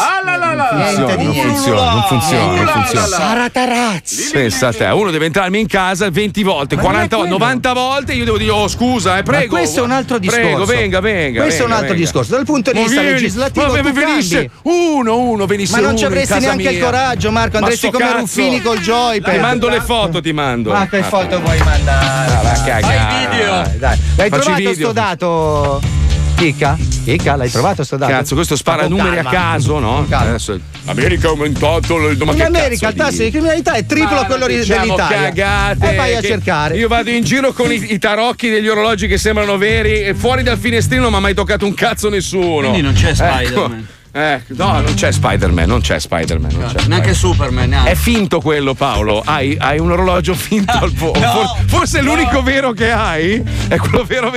Non funziona. Saratarazzi. Pensa a te, uno deve entrarmi in casa 20 volte, 40 volte, 90 volte, io devo dire scusa, prego. Ma questo è un altro discorso. Prego, venga. Questo è un altro discorso. Dal punto di vista legislativo tu venisse uno, venisse ma non uno ci avresti neanche il coraggio, Marco, andresti come Ruffini col joypad. Ti mando le foto, ti mando. Ma che foto vuoi mandare? Va a cagare. Video. Dai. L'hai trovato sto dato? Chicca, l'hai trovato sto dato? Cazzo, questo spara numeri a caso, no? Adesso America ha aumentato in America il tasso di criminalità è triplo quello dell'Italia. Cagate. E vai a cercare. Io vado in giro con i tarocchi degli orologi che sembrano veri e fuori dal finestrino non mi ha mai toccato un cazzo nessuno. Quindi non c'è Spider-Man. No, non c'è Spider-Man, non c'è. Neanche Superman, neanche. È finto quello, Paolo. Hai un orologio finto al volo. Forse è l'unico vero che hai? È quello vero?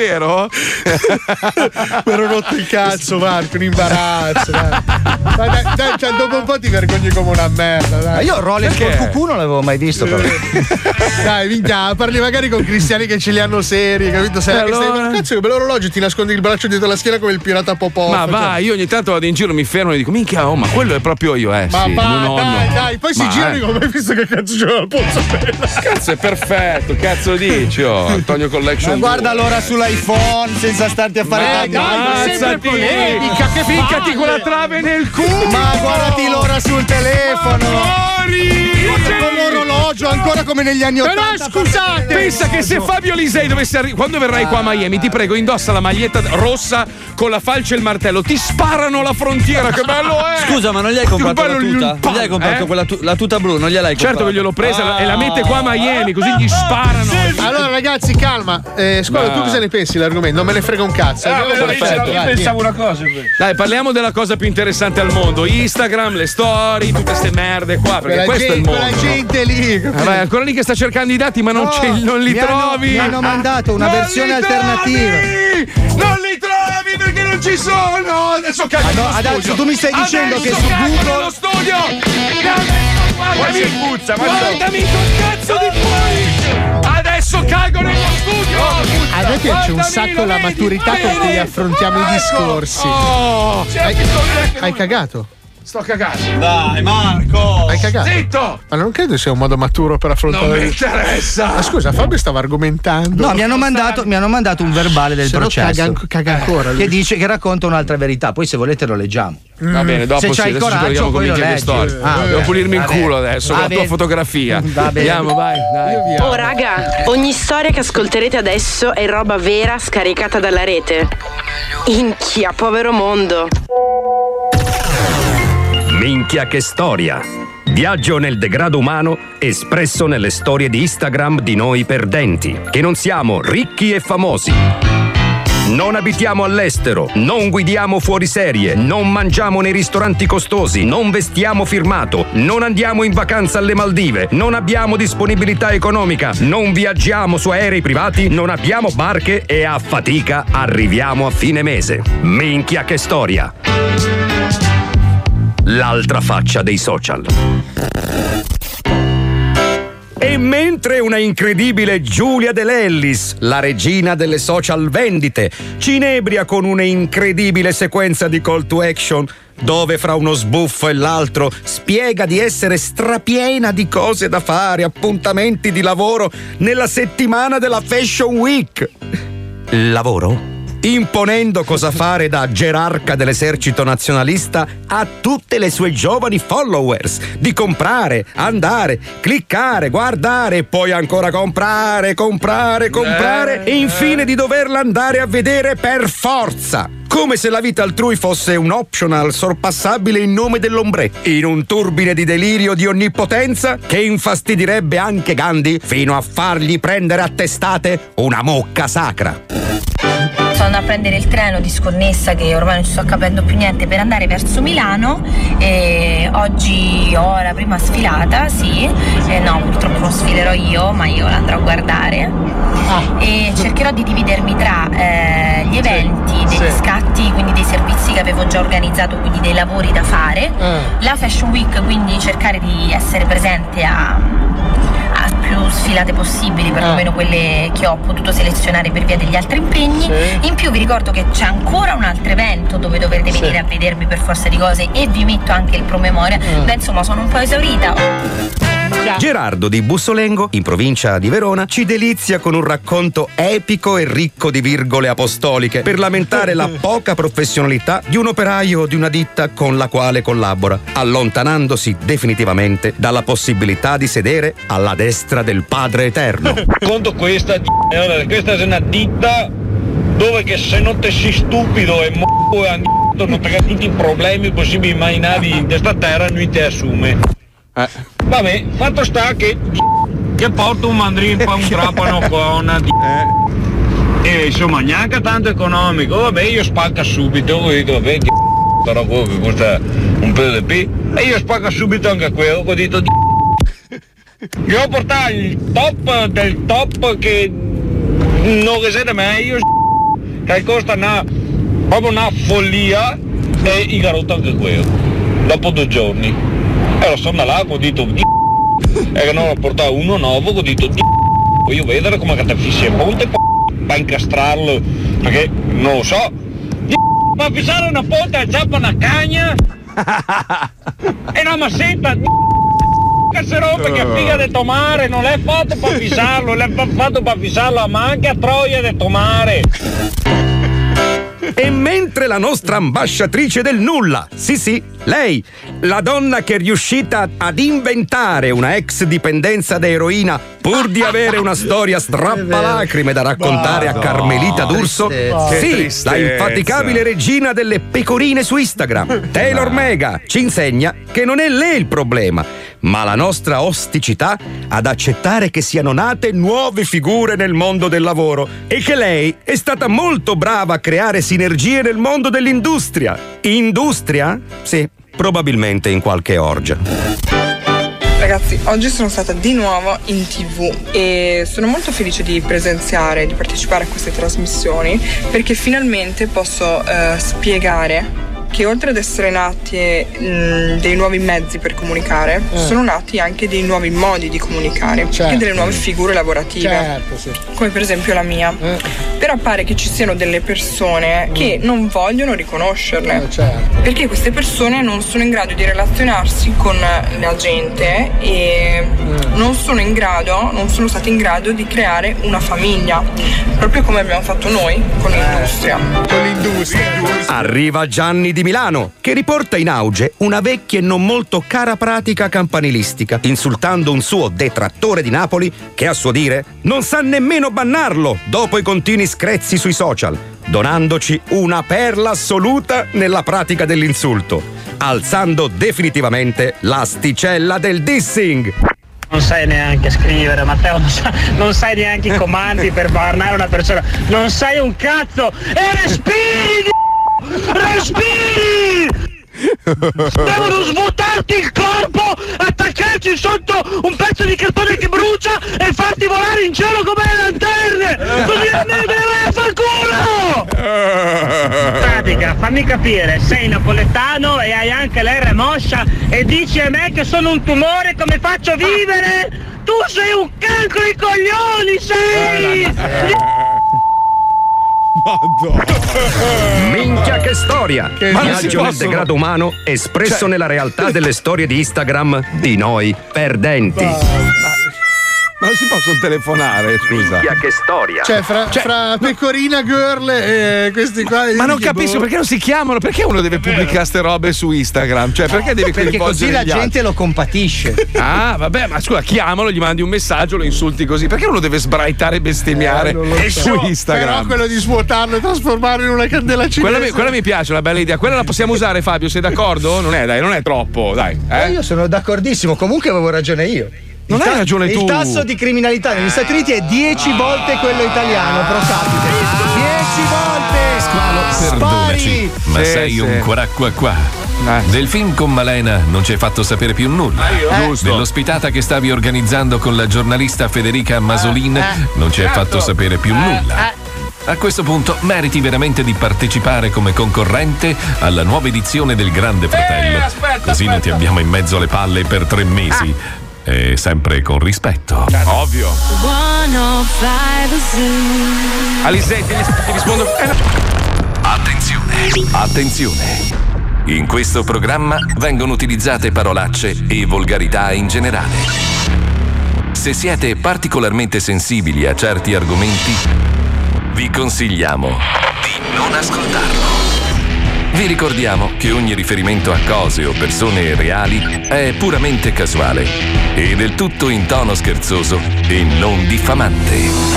Mi ero rotto il cazzo, Marco, un imbarazzo. Dai, cioè, dopo un po' ti vergogni come una merda. Dai. Ma io Rolex col cucù non l'avevo mai visto. Però. Dai, minchia, parli magari con cristiani che ce li hanno seri, capito? Cazzo, che bell'orologio, ti nascondi il braccio dietro la schiena come il pirata Popò. Ma vai, io ogni tanto vado in giro, mi fermo e dico, minchia, ma quello è proprio io, Ma sì, dai, poi si girano e dicono, hai visto che cazzo c'è la pozza bella? Cazzo, è perfetto, cazzo dici, Antonio Collection. Ma guarda l'ora sull'iPhone senza starti a fare sempre polemica, che ficcati con la trave nel culo. Ma guardati l'ora sul telefono. Con l'orologio ancora come negli anni 80. Però scusate, pensa che se Fabio Lisei dovesse quando verrai qua a Miami, ti prego, indossa la maglietta rossa con la falce e il martello, ti sparano alla frontiera, che bello è. Scusa, ma non gli hai comprato la tuta? Non gli hai comprato la tuta blu, non gliel'hai comprata? Certo che gliel'ho presa e la mette qua a Miami, così gli sparano. Allora ragazzi, calma. Scusa, tu cosa ne pensi dell'argomento? Non me ne frega un cazzo. Io pensavo una cosa. Dai, parliamo della cosa più interessante al mondo. Instagram, le story, tutte ste merde qua, perché questo è il mondo. La gente lì. Vai, ancora lì che sta cercando i dati, ma non li trovi. Mi hanno mandato una versione alternativa. Non li trovi perché non ci sono. Adesso cago. Adesso tu mi stai dicendo che su Google nello studio. Guardami col cazzo di fuori. Adesso cago nello studio. A me piace un sacco la maturità con cui affrontiamo i discorsi. Hai cagato? Sto cagando. Dai, Marco! Hai cagato? Zitto! Ma non credo sia un modo maturo per affrontare. Non mi interessa! Ma scusa, Fabio stava argomentando. No, mi hanno mandato un verbale del processo. Caga ancora. Che dice che racconta un'altra verità. Poi se volete lo leggiamo. Va bene, dopo se c'hai adesso coraggio, ci poi lo leggi. Storie. Devo pulirmi il culo adesso con la tua fotografia. Va bene. Andiamo, vai. Oh raga, ogni storia che ascolterete adesso è roba vera scaricata dalla rete. Inchia, povero mondo. Minchia che storia! Viaggio nel degrado umano espresso nelle storie di Instagram di noi perdenti, che non siamo ricchi e famosi. Non abitiamo all'estero, non guidiamo fuori serie, non mangiamo nei ristoranti costosi, non vestiamo firmato, non andiamo in vacanza alle Maldive, non abbiamo disponibilità economica, non viaggiamo su aerei privati, non abbiamo barche e a fatica arriviamo a fine mese. Minchia che storia! L'altra faccia dei social. E mentre una incredibile Giulia De Lellis, la regina delle social vendite, ci inebria con un'incredibile sequenza di call to action, dove fra uno sbuffo e l'altro spiega di essere strapiena di cose da fare, appuntamenti di lavoro nella settimana della Fashion Week. Lavoro? Imponendo cosa fare da gerarca dell'esercito nazionalista a tutte le sue giovani followers, di comprare, andare, cliccare, guardare e poi ancora comprare e infine di doverla andare a vedere per forza, come se la vita altrui fosse un optional sorpassabile in nome dell'ombretto, in un turbine di delirio di onnipotenza che infastidirebbe anche Gandhi fino a fargli prendere a testate una mucca sacra. Sono andata a prendere il treno disconnessa, che ormai non ci sto capendo più niente, per andare verso Milano, e oggi ho la prima sfilata, sì, no, purtroppo non sfilerò io, ma io l'andrò a guardare e cercherò di dividermi tra gli eventi, degli scatti, quindi dei servizi che avevo già organizzato, quindi dei lavori da fare, la Fashion Week, quindi cercare di essere presente a più sfilate possibili, perlomeno quelle che ho potuto selezionare per via degli altri impegni. In più vi ricordo che c'è ancora un altro evento dove dovrete venire a vedermi per forza di cose, e vi metto anche il promemoria. Beh, insomma, sono un po' esaurita. Gerardo di Bussolengo, in provincia di Verona, ci delizia con un racconto epico e ricco di virgole apostoliche per lamentare la poca professionalità di un operaio di una ditta con la quale collabora, allontanandosi definitivamente dalla possibilità di sedere alla destra del Padre Eterno. Conto questa è una ditta dove che se non te sei stupido e non ti tutti i problemi possibili immaginabili in questa terra, lui ti assume. Vabbè, fatto sta che porto un mandrino, un trapano con e insomma neanche tanto economico. Vabbè, io spacca subito, dico, vabbè, però quello che costa un pelo di P, e io spacco subito anche quello, ho detto io portare il top del top che non resete meglio, che costa proprio una follia, e i garotto anche quello, dopo 2 giorni. E lo sono là, ho detto e che non ho portato uno nuovo, ho detto voglio vedere come che ti fissi in ponte per incastrarlo, perché non lo so, ma fissare una ponte e zappa una cagna e una massetta che si rompe, che figa di tomare, non l'è fatto per fissarlo, l'è fatto per fissarlo, ma anche a troia di tomare. E mentre la nostra ambasciatrice del nulla, sì, lei, la donna che è riuscita ad inventare una ex dipendenza da eroina pur di avere una storia strappalacrime da raccontare a Carmelita D'Urso, sì, la infaticabile regina delle pecorine su Instagram, Taylor Mega, ci insegna che non è lei il problema, ma la nostra osticità ad accettare che siano nate nuove figure nel mondo del lavoro e che lei è stata molto brava a creare sinergie nel mondo dell'industria. Industria? Sì, probabilmente in qualche orgia. Ragazzi, oggi sono stata di nuovo in TV e sono molto felice di presenziare, di partecipare a queste trasmissioni, perché finalmente posso spiegare che oltre ad essere nati dei nuovi mezzi per comunicare, sono nati anche dei nuovi modi di comunicare, e delle nuove figure lavorative, come per esempio la mia. Però pare che ci siano delle persone che non vogliono riconoscerle, perché queste persone non sono in grado di relazionarsi con la gente e non sono stati in grado di creare una famiglia, proprio come abbiamo fatto noi con l'industria. Arriva Gianni di Milano, che riporta in auge una vecchia e non molto cara pratica campanilistica, insultando un suo detrattore di Napoli che, a suo dire, non sa nemmeno bannarlo dopo i continui screzi sui social, donandoci una perla assoluta nella pratica dell'insulto, alzando definitivamente l'asticella del dissing. Non sai neanche scrivere, Matteo, non sai neanche i comandi per bannare una persona, non sai un cazzo, e respiri! Devono svuotarti il corpo, attaccarci sotto un pezzo di cartone che brucia e farti volare in cielo come le lanterne, così vai a far culo! Pratica, fammi capire, sei napoletano e hai anche l'R moscia e dici a me che sono un tumore, come faccio a vivere? Tu sei un cancro ai coglioni, sei! Minchia che storia! Viaggio nel degrado umano espresso nella realtà delle storie di Instagram di noi perdenti. Ma non si possono telefonare, scusa. Minchia che storia! Cioè, fra Pecorina Girl e questi qua. Ma non capisco perché non si chiamano, perché uno deve pubblicare ste robe su Instagram? Cioè, perché deve perché così la gente lo compatisce. Ah, vabbè, ma scusa, chiamalo, gli mandi un messaggio, lo insulti così. Perché uno deve sbraitare e bestemmiare su Instagram? Però quello di svuotarlo e trasformarlo in una candela cinese. Quella mi piace, una bella idea. Quella la possiamo usare, Fabio, sei d'accordo? Non è troppo, dai. Io sono d'accordissimo, comunque avevo ragione io. Non hai ragione tu. Il tasso di criminalità negli Stati Uniti è 10 volte quello italiano pro capite. 10 volte! Perdonaci, ma sei un qua. Del film con Malena non ci hai fatto sapere più nulla. Dell'ospitata che stavi organizzando con la giornalista Federica Masolin non ci hai fatto sapere più nulla. A questo punto meriti veramente di partecipare come concorrente alla nuova edizione del Grande Fratello. Così non ti abbiamo in mezzo alle palle per 3 mesi. E sempre con rispetto. Ovvio. Alisei, ti rispondo. Attenzione. In questo programma vengono utilizzate parolacce e volgarità in generale. Se siete particolarmente sensibili a certi argomenti, vi consigliamo di non ascoltarlo. Vi ricordiamo che ogni riferimento a cose o persone reali è puramente casuale e del tutto in tono scherzoso e non diffamante.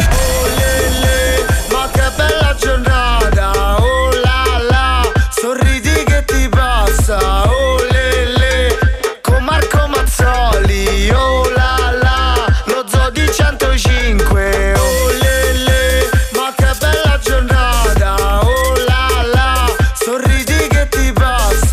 Ma che bella giornata, oh la la, sorridi che ti passa, oh le le, con Marco Mazzoli, oh la la, lo zoo di 105, oh le le, ma che bella giornata, oh la la, sorridi che ti passa.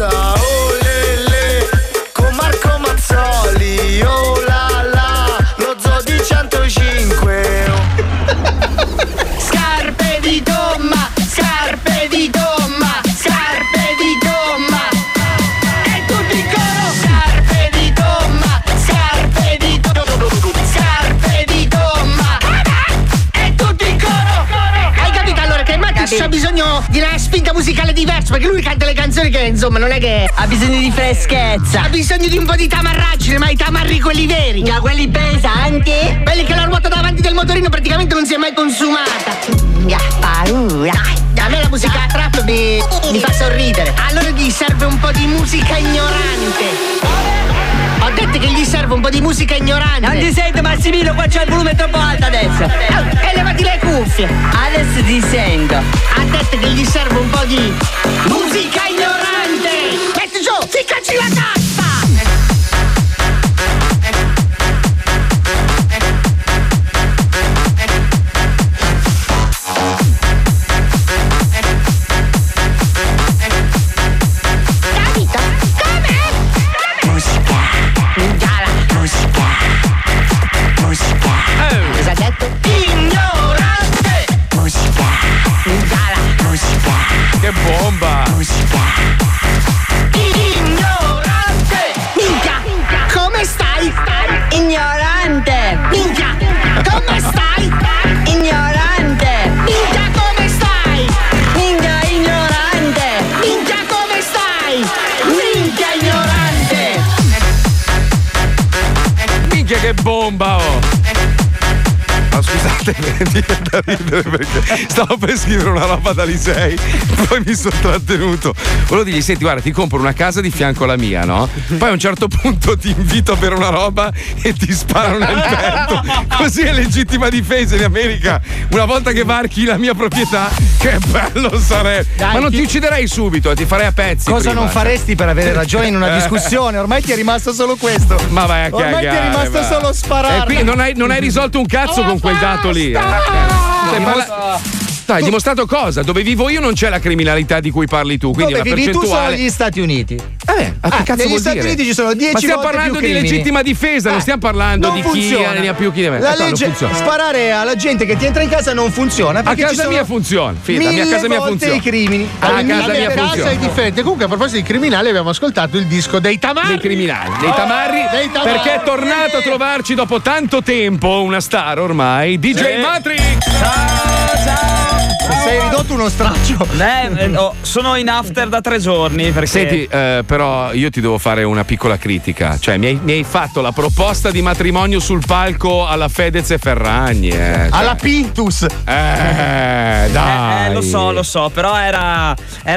adesso ha bisogno di una spinta musicale diversa, perché lui canta le canzoni che insomma non è che Ha bisogno di freschezza. ha bisogno di un po' di tamarraggine, ma i tamarri quelli veri. Ma quelli pesanti? Quelli che la ruota davanti del motorino praticamente non si è mai consumata. Paura. A me la musica trap mi fa sorridere. Allora gli serve un po' di musica ignorante. Ho detto che gli serve un po' di musica ignorante. Non ti sento, Massimino, qua c'è il volume troppo alto adesso. E levati le cuffie. Adesso ti sento. Ha detto che gli serve un po' di musica ignorante. Metti giù, ficcaci la tazza. Cosa ha detto? Ignorante! Musica! Musica! Che bomba! Musica! Ignorante! Minchia! Come stai? Ignorante! Minchia! Come stai? Ignorante! Minchia come stai? Minchia ignorante! Minchia come stai? Minchia ignorante! Minchia che bomba, oh! Ma scusate, viene da ridere perché stavo per scrivere una roba da Lisei, poi mi sono trattenuto. Volevo dirgli, senti, guarda, ti compro una casa di fianco alla mia, no? Poi a un certo punto ti invito a bere una roba e ti sparano nel petto. Così è legittima difesa in America. Una volta che varchi la mia proprietà, che bello sarebbe. Dai, ma non ti ucciderei subito, ti farei a pezzi. Cosa prima. non faresti per avere ragione in una discussione? Ormai ti è rimasto solo questo. Ma vai a cagare. Ormai ti è rimasto va. solo sparare. E qui non hai risolto un cazzo con quel dato lì. Dai, hai dimostrato cosa? Dove vivo io non c'è la criminalità di cui parli tu, quindi Dove la vivi tu sono percentuale. gli Stati Uniti. Che cazzo negli vuol Stati dire? Uniti ci sono 10 Ma stiamo volte parlando più di crimini. legittima difesa, non stiamo parlando Non di funziona. chi ne ha più chi ne mette. La No, non legge funziona. sparare alla gente che ti entra in casa non funziona. A Perché casa ci sono mia funziona. Fida, a mille casa mia volte funziona. i crimini. A casa mia casa funziona. è differente. Comunque, a proposito di criminali, abbiamo ascoltato il disco dei Tamarri. Dei criminali, dei tamarri, dei tamarri. perché è tornato a trovarci dopo tanto tempo una star ormai, DJ Matrix. Ciao! Sei ridotto uno straccio. Sono in after da 3 giorni. Perché... Senti, però io ti devo fare una piccola critica. Cioè, mi hai fatto la proposta di matrimonio sul palco alla Fedez e Ferragni. Cioè. Alla Pintus. Dai. Lo so, però era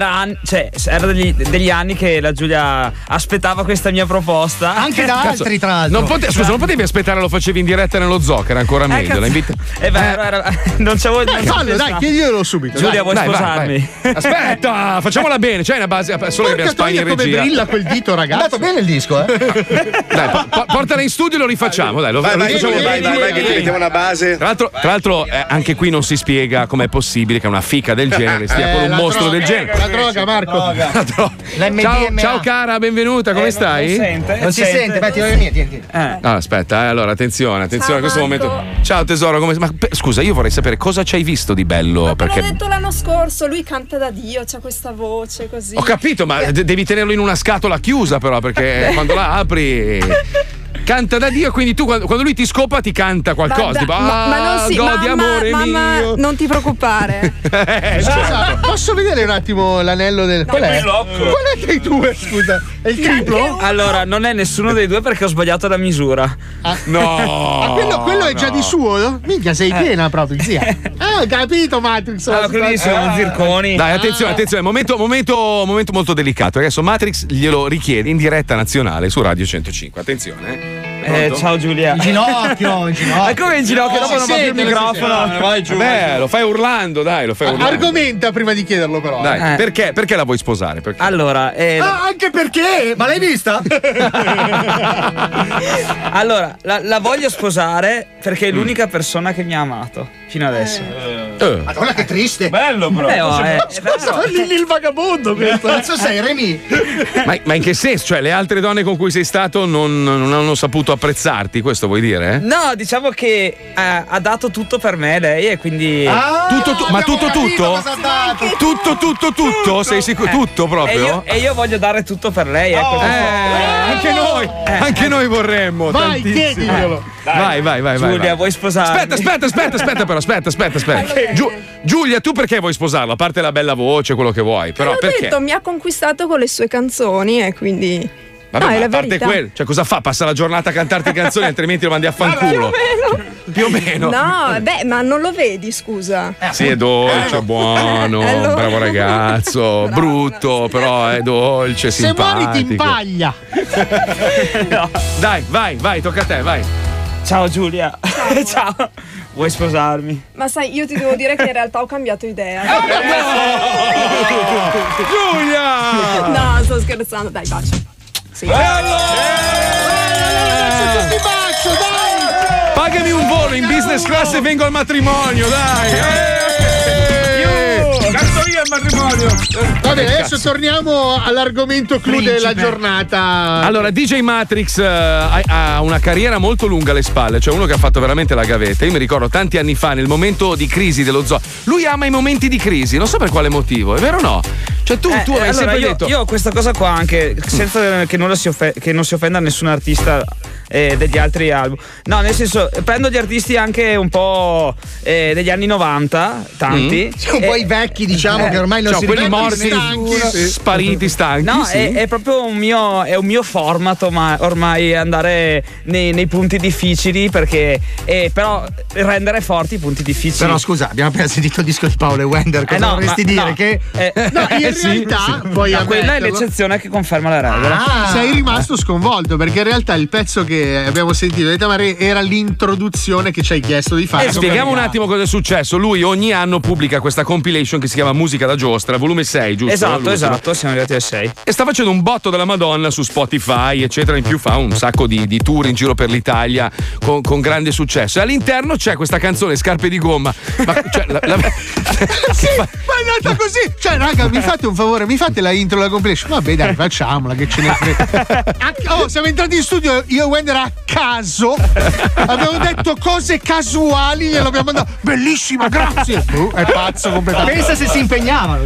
degli anni che la Giulia aspettava questa mia proposta. Anche da Cazzo, altri, tra l'altro. Scusa, non potevi aspettare, lo facevi in diretta nello zoo, che era ancora meglio. cazzo. La invita- È vero, non c'avevo Fallo, dai, chiediglielo subito. Giulia, vuoi Dai, vai, sposarmi? vai. Aspetta, facciamola bene. C'hai una base, solo che abbiamo Spagna in come regia. brilla quel dito, È ragazzi. andato bene il disco, Dai, portala in studio e lo rifacciamo. Dai, lo Vai, rifacciamo vai, che ti mettiamo una base. Tra l'altro, anche qui non si spiega com'è possibile che una fica del genere stia con un la mostro droga, del genere. La droga, Marco. Ciao cara, benvenuta, come stai? Non si sente, vai, tieni. Aspetta, allora attenzione a questo momento. Ciao tesoro, scusa, io vorrei sapere cosa ci hai visto di bello. Te Perché l'ho detto l'anno scorso, lui canta da Dio, c'ha questa voce così. ho capito, ma devi tenerlo in una scatola chiusa, però, perché quando la apri. Canta da Dio, quindi tu quando lui ti scopa ti canta qualcosa. Tipo, ma non si, godi, amore mamma, mio. non ti preoccupare. Scusa, posso vedere un attimo l'anello del. Qual è? Qual è dei due? Scusa, è il triplo? Allora, non è nessuno dei due perché ho sbagliato la misura. No! Quello è già di suo? No? Minchia, sei piena proprio, zia. Ho capito, Matrix. Allora, quelli sono zirconi. Dai, attenzione, momento molto delicato. Adesso Matrix glielo richiede in diretta nazionale su Radio 105. Attenzione. Ciao Giulia. In ginocchio. Ma come in ginocchio? Dopo non va più il microfono. Vai giù. Beh, lo fai urlando, dai, lo fai urlando. Argomenta prima di chiederlo, però. Dai, perché la vuoi sposare? Perché? Allora, anche perché? Ma l'hai vista? allora la voglio sposare perché è l'unica persona che mi ha amato fino adesso. Madonna, che triste. Bello, però. Il vagabondo questo. Cazzo sei, Remy? Ma in che senso? Cioè, le altre donne con cui sei stato non hanno saputo apprezzarti, questo vuoi dire? No, diciamo che ha dato tutto per me lei e quindi. Ma tutto? Tutto? Sei sicuro? Tutto proprio? E io voglio dare tutto per lei, ecco. Anche noi vorremmo. Vai, chiediglielo. Vai. Giulia, vuoi sposarmi? Aspetta, però, aspetta. Giulia, tu perché vuoi sposarlo? A parte la bella voce, quello che vuoi, però L'ho perché? detto, mi ha conquistato con le sue canzoni e quindi... Vabbè, no, è ma la a parte verità. quello, cioè cosa fa? Passa la giornata a cantarti canzoni, altrimenti lo mandi a fanculo. Più o meno. No, beh, ma non lo vedi, scusa. Sì, è dolce, buono, Allora. bravo ragazzo, brutto, però è dolce, Se simpatico. muori ti impaglia. Dai, vai, tocca a te, vai. Ciao Giulia. Ciao. Vuoi sposarmi? Ma sai, io ti devo dire che in realtà ho cambiato idea. Giulia! No, sto scherzando, dai, bacio. Sì. Pagami un volo in business class e vengo al matrimonio, dai! Cazzo via il matrimonio! Va bene, adesso torniamo all'argomento clou della giornata. Allora, DJ Matrix ha una carriera molto lunga alle spalle, cioè uno che ha fatto veramente la gavetta. Io mi ricordo tanti anni fa, nel momento di crisi dello zoo. Lui ama i momenti di crisi, non so per quale motivo, è vero o no? Cioè tu hai allora sempre io, detto. io ho questa cosa qua anche, senza che non si offenda nessun artista degli altri album. No, nel senso, prendo gli artisti anche un po' degli anni 90, tanti. Un po' i vecchi, diciamo, che ormai non si quelli ricordano, morti, stanchi. spariti, stanchi. No, sì. è proprio un mio format ormai andare nei punti difficili, perché però rendere forti i punti difficili. Però scusa, abbiamo appena sentito il disco di Paolo e Wender. Cosa vorresti dire? Che No, in realtà poi quella è l'eccezione che conferma la regola. Sei rimasto sconvolto perché in realtà il pezzo che abbiamo sentito di Tamare era l'introduzione che ci hai chiesto di fare. Spieghiamo un attimo cosa è successo. Lui ogni anno pubblica questa compilation che si chiama Musica da Giostra, volume 6, giusto? Esatto, siamo arrivati al 6. E sta facendo un botto della Madonna su Spotify, eccetera. In più fa un sacco di tour in giro per l'Italia con grande successo. E all'interno c'è questa canzone Scarpe di gomma. Ma cioè, sì, ma è nata così. Cioè, raga, mi fate un favore, mi fate la intro, la compilation. Vabbè, dai, facciamola, che ce ne frega. Siamo entrati in studio, io e Wender a caso. Abbiamo detto cose casuali, gliel'abbiamo mandato. Bellissima, grazie. È pazzo completamente. Pensa se si impegnavano.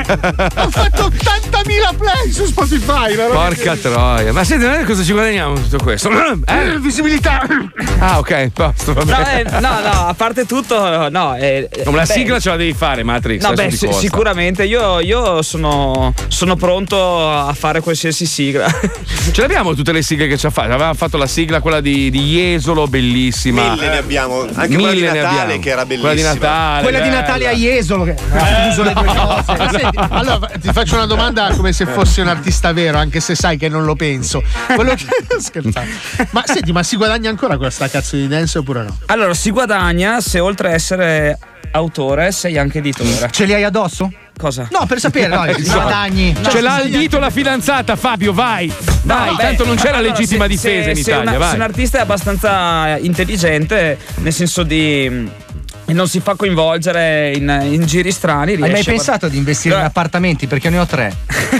Ho fatto 80.000 play su Spotify. Porca troia. Ma senti, noi cosa ci guadagniamo con tutto questo? Visibilità. Ah, ok, basta. No, a parte tutto, no. La sigla ce la devi fare, Matrix. No, adesso ti costa. sicuramente. Io sono pronto a fare qualsiasi sigla. Ce l'abbiamo tutte le sigle che ci ha fatto. Avevamo fatto la sigla, quella di Jesolo, bellissima. 1000 ne abbiamo. Anche quella di Natale, che era bellissima. Quella di Natale. Quella di Natale a Jesolo. Che uso le due cose. Ma senti, allora ti faccio una domanda come se fossi un artista vero, anche se sai che non lo penso. Quello che scherzando. Ma senti, ma si guadagna ancora questa cazzo di dance oppure no? Allora, si guadagna se oltre a essere autore sei anche editore. Ce li hai addosso? Cosa? No, per sapere, no, i guadagni. Ce l'ha al dito la fidanzata, Fabio, vai. Vai, tanto non c'è la legittima difesa in Italia, vai. Se un artista è abbastanza intelligente, nel senso di non si fa coinvolgere in giri strani. Hai mai pensato di investire in appartamenti? Perché ne ho 3.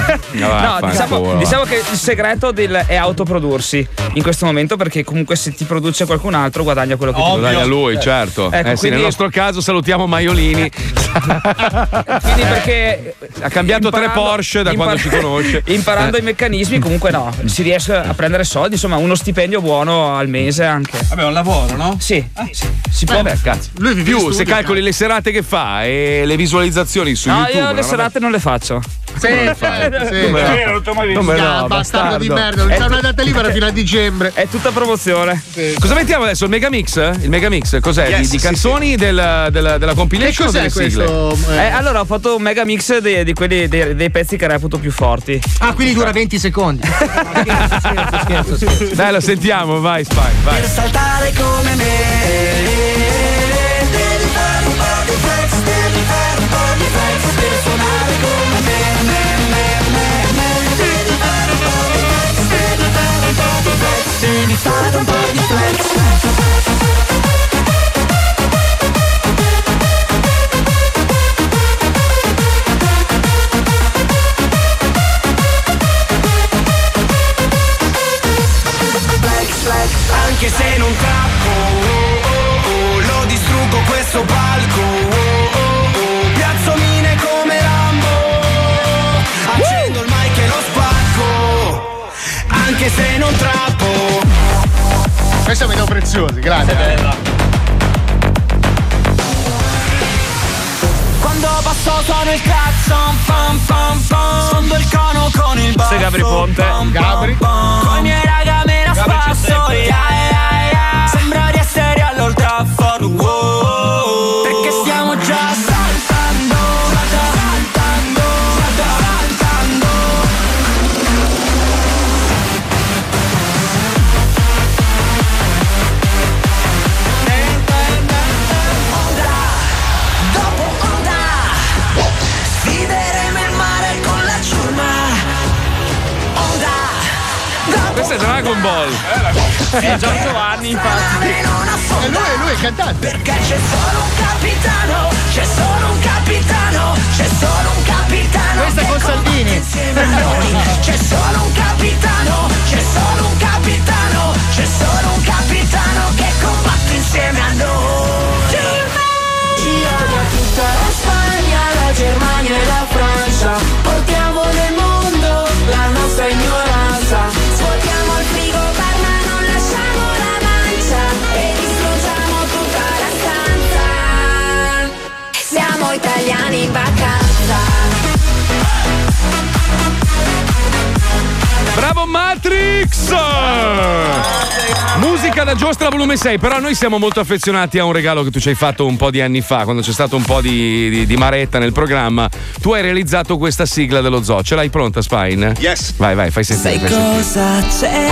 No, diciamo che il segreto è autoprodursi in questo momento, perché comunque se ti produce qualcun altro guadagna quello che ti Guadagna lui, certo. Ecco, sì, nel nostro caso salutiamo Maiolini. Quindi perché ha cambiato 3 Porsche da quando ci conosce. Imparando i meccanismi, comunque si riesce a prendere soldi, insomma, uno stipendio buono al mese anche. Vabbè, è un lavoro, no? Sì. Si può. Vabbè, cazzo. Lui vive più se calcoli le serate che fa e le visualizzazioni su YouTube. No, io le serate non le faccio. Sì, bastardo di merda, non c'è una data libera fino a dicembre. È tutta promozione. Cosa mettiamo adesso? Il Megamix? Il Megamix cos'è? Yes, di canzoni della compilation o delle sigle? Allora ho fatto un megamix di quelli dei pezzi che reputo più forti. Ah, quindi dura 20 secondi. Scherzo. Dai, lo sentiamo, vai, Spy, vai. Per saltare come me devi fare un po' di flex, devi fare un po' di flex per suonare come me. Devi fare un po' di flex, devi fare un po' di flex, devi fare un po' di flex. Anche se non tappo, lo distruggo questo palco, piazzo mine come Rambo, accendo il mic e lo spacco, anche se non trappo. Questi sono meno preziosi, grazie. suono il clacson, pam pam pam. Sfondo il cono con il basso, Gabri Ponte. Gabri. Con i miei raga me la spasso, sembra di essere all'Old Trafford, wow. Perché stiamo già saltando, saltando, saltando. Onda dopo onda, sfideremo il mare con la ciurma. Onda dopo. Questo è Dragon Ball. È Gian Giovanni, infatti. E lui è il cantante. Perché c'è solo un capitano, c'è solo un capitano, c'è solo un capitano. Questa che con Salvini. insieme a noi. C'è solo un capitano, c'è solo un capitano, c'è solo un capitano che combatte insieme a noi. Io da tutta la Spagna, la Germania e la Francia, portiamo nel mondo la nostra ignoranza. Svuotiamo il frigo bar ma non lasciamo la mancia e distruggiamo tutta la stanza. Siamo italiani in vacanza. Bravo Matrix! Musica da giostra volume 6, però noi siamo molto affezionati a un regalo che tu ci hai fatto un po' di anni fa, quando c'è stato un po' di maretta nel programma. Tu hai realizzato questa sigla dello zoo, ce l'hai pronta Spine? Yes. Vai, fai sentire. Sai cosa c'è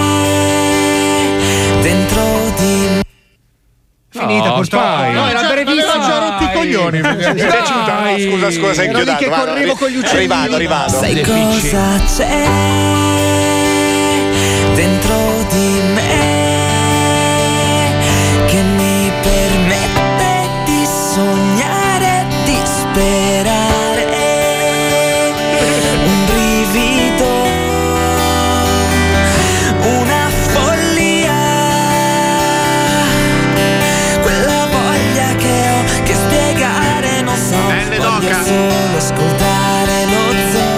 dentro di me? Finita purtroppo. Spine. No, era brevissimo. Aveva già rotti i coglioni. Mi è piaciuta? No, scusa, sei Ero lì inchiodato. che correvo con gli uccellini. Rivado. Sai cosa c'è dentro di me che mi permette di sognare, di sperare. Un brivido, una follia, quella voglia che ho che spiegare non so. Voglio solo ascoltare lo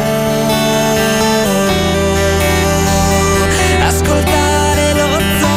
zoo, ascoltare lo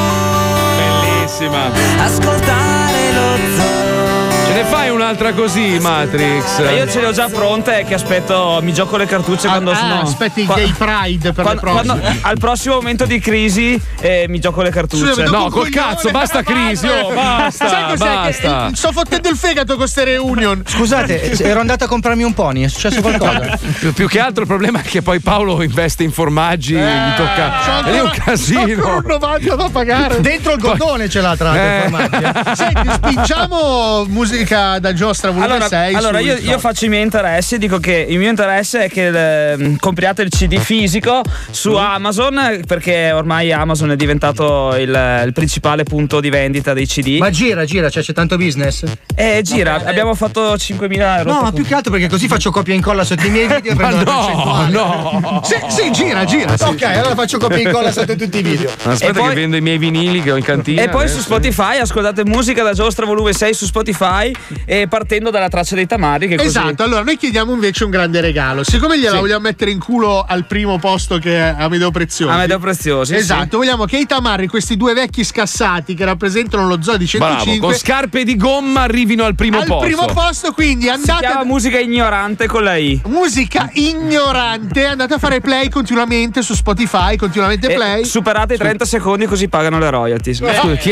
zoo, Bellissima. ascoltare lo zoo. Ce ne fai un'altra così, Matrix? Io ce le ho già pronte che aspetto, mi gioco le cartucce quando sono. Aspetti il Gay Pride per le prossime. Al prossimo momento di crisi mi gioco le cartucce. Scusa, No, un col coglione, cazzo, basta crisi, oh, basta, Sai cos'è? basta. Sto fottendo il fegato con ste reunion. Scusate, ero andato a comprarmi un pony, è successo qualcosa? Più che altro il problema è che poi Paolo investe in formaggi, gli tocca. È lì un C'ho casino. ancora un 90 da pagare. Dentro il godone ce l'ha tra l'altro il formaggio. Senti, spingiamo musica da giostra volume 6. Allora io faccio i miei interessi, dico che il mio interesse è che compriate il CD fisico su Amazon, perché ormai Amazon è diventato il principale punto di vendita dei CD. Ma gira, cioè c'è tanto business? Gira, abbiamo fatto 5.000 euro. No, ma più che altro perché così faccio copia e incolla sotto i miei video e prendo la percentuale. No. Sì, gira. Sì. Ok, allora faccio copia e incolla sotto tutti i video. Aspetta E poi- che vendo i miei vinili che ho in cantina. E poi adesso. su Spotify ascoltate musica da giostra volume 6 su Spotify, e partendo dalla traccia dei Tamari, che così. Esatto, allora noi chiediamo invece un grande regalo. Siccome gliela vogliamo mettere in culo al primo posto che è Amedeo Preziosi. Amedeo Preziosi, Esatto, sì. vogliamo che i Tamari, questi due vecchi scassati che rappresentano lo zoo di 105, Bravo, con scarpe di gomma arrivino al primo al posto. primo posto, quindi Si andate chiama musica ignorante con la I. musica ignorante, andate a fare play continuamente su Spotify, continuamente play. Superate i 30 secondi così pagano le royalties. Scusa, chi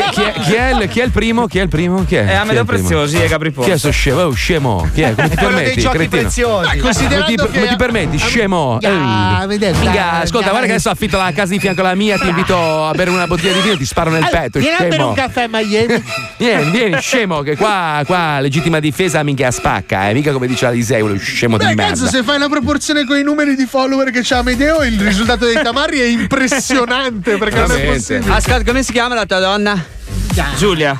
è il primo? Chi è il primo? Chi è? È Amedeo Chi è il primo? Preziosi e Gabri Ponte. Chi è sto scemo? Oh, scemo. Chi è? Come ti Quello dei permetti? giochi Cretino? preziosi. Considerando Come ti permetti? Scemo. vedete, Minchia, ascolta, guarda che adesso affitto la casa di fianco alla mia, ti invito a bere una bottiglia di vino, ti sparo nel petto, vieni a bere scemo. un caffè a Miami. Vieni, scemo, che qua legittima difesa minchia spacca, mica come dice Alisei, quello scemo di Beh, merda. cazzo, se fai una proporzione con i numeri di follower che c'ha Amedeo, il risultato dei Tamari è impressionante, perché non è Veramente. possibile. Ascolta, come si chiama la tua donna? Giulia.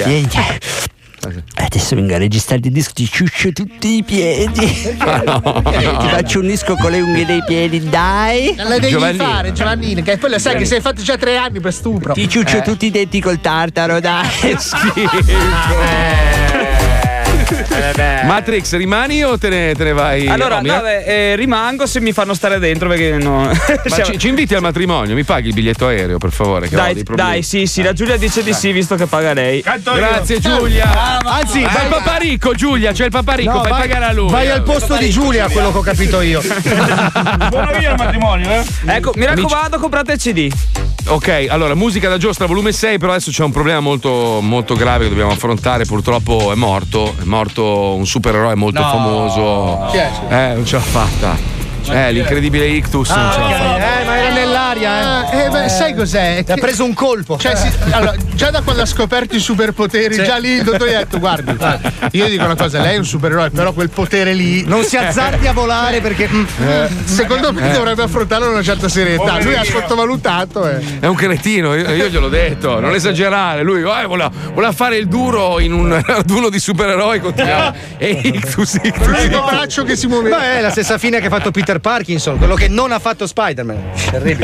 Adesso vengo a registrare il disco, ti ciuccio tutti i piedi. Ti faccio un disco con le unghie dei piedi, dai. La devi Giovannino. fare, Giovannino, che poi lo sai che sei fatto già 3 anni per stupro. Ti ciuccio tutti i denti col tartaro, dai. Schifo. Matrix, rimani o te ne vai? Allora, no, rimango se mi fanno stare dentro perché no. Ma ci inviti al matrimonio, mi paghi il biglietto aereo, per favore? Che ho dei problemi. Dai, sì, la Giulia dice di sì, visto che paga lei. Grazie Giulia. Anzi, c'è il papà ricco, Giulia, c'è il papà ricco, fai pagare a lui. Vai al posto di Giulia, quello che ho capito io. Buona via il matrimonio, Ecco, mi raccomando, comprate il CD. Ok, allora, musica da giostra volume 6, però adesso c'è un problema molto, molto grave che dobbiamo affrontare. Purtroppo è morto un supereroe molto famoso. Chi è? Non ce l'ha fatta. L'incredibile Ictus non ce l'ha fatta. Ma era nell'aria, sai cos'è? Ti ha preso un colpo. Cioè, allora, già da quando ha scoperto i superpoteri, già lì il dottore ha detto: guardi, io dico una cosa, lei è un supereroe, però quel potere lì non si azzardi a volare perché secondo me dovrebbe affrontarlo con una certa serietà. Lui ha sottovalutato. È un cretino, io gliel'ho detto, non esagerare. Lui voleva fare il duro in un raduno di supereroi, continuava. E Ictus. L'unico braccio che si muoveva. Ma è la stessa fine che ha fatto Peter Parkinson, quello che non ha fatto Spider-Man. Terribile.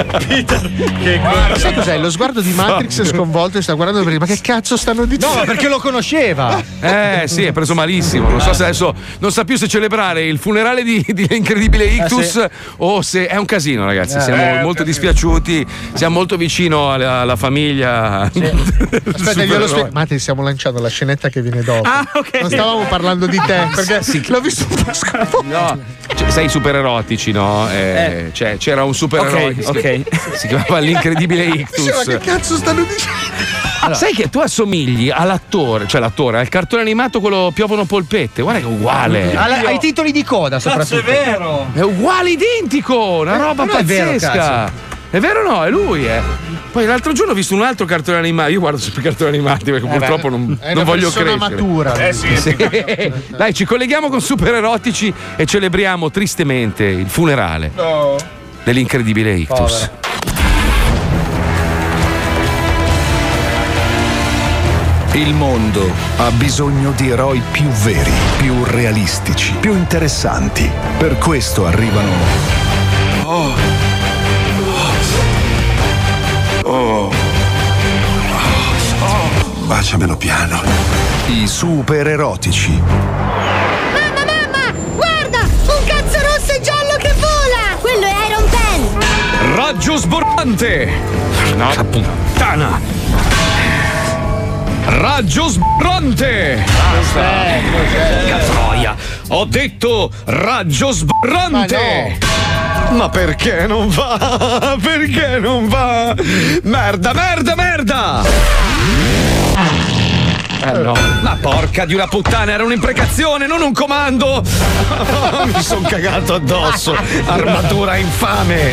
Sai cos'è? Lo sguardo di Matrix è sconvolto e sta guardando perché ma che cazzo stanno dicendo? No, ma perché lo conosceva. Sì, è preso malissimo. Non so se adesso non sa più se celebrare il funerale di incredibile Ictus o se è un casino, ragazzi. Siamo molto dispiaciuti, siamo molto vicino alla famiglia. Aspetta, glielo spiego. Matrix, stiamo lanciando la scenetta che viene dopo. Ok. Non stavamo parlando di te perché l'ho visto un po' sconvolto. No, sei super erotici, no? Cioè, c'era un supereroe che si chiamava l'incredibile Ictus. Ma che cazzo stanno dicendo? Allora, sai che tu assomigli all'attore, cioè l'attore, al cartone animato quello Piovono polpette. Guarda che è uguale. Ai titoli di coda, soprattutto. Cazzo, è vero! È uguale, identico, una roba pazzesca. È vero o no? È lui, Poi l'altro giorno ho visto un altro cartone animato. Io guardo sempre cartoni animati perché purtroppo non voglio crescere. Matura. Sì. Dai, ci colleghiamo con super erotici e celebriamo tristemente il funerale dell'incredibile Ictus. Il mondo ha bisogno di eroi più veri, più realistici, più interessanti. Per questo arrivano baciamelo piano. I super erotici. Mamma, guarda! Un cazzo rosso e giallo che vola! Quello è Iron Pen! Raggio sborrante! No, puttana! Raggio sborrante! Porca troia! Ho detto raggio sborrante! Ma perché non va? Perché non va? Merda! No. Ma porca di una puttana, era un'imprecazione, non un comando! Mi son cagato addosso! Armatura infame!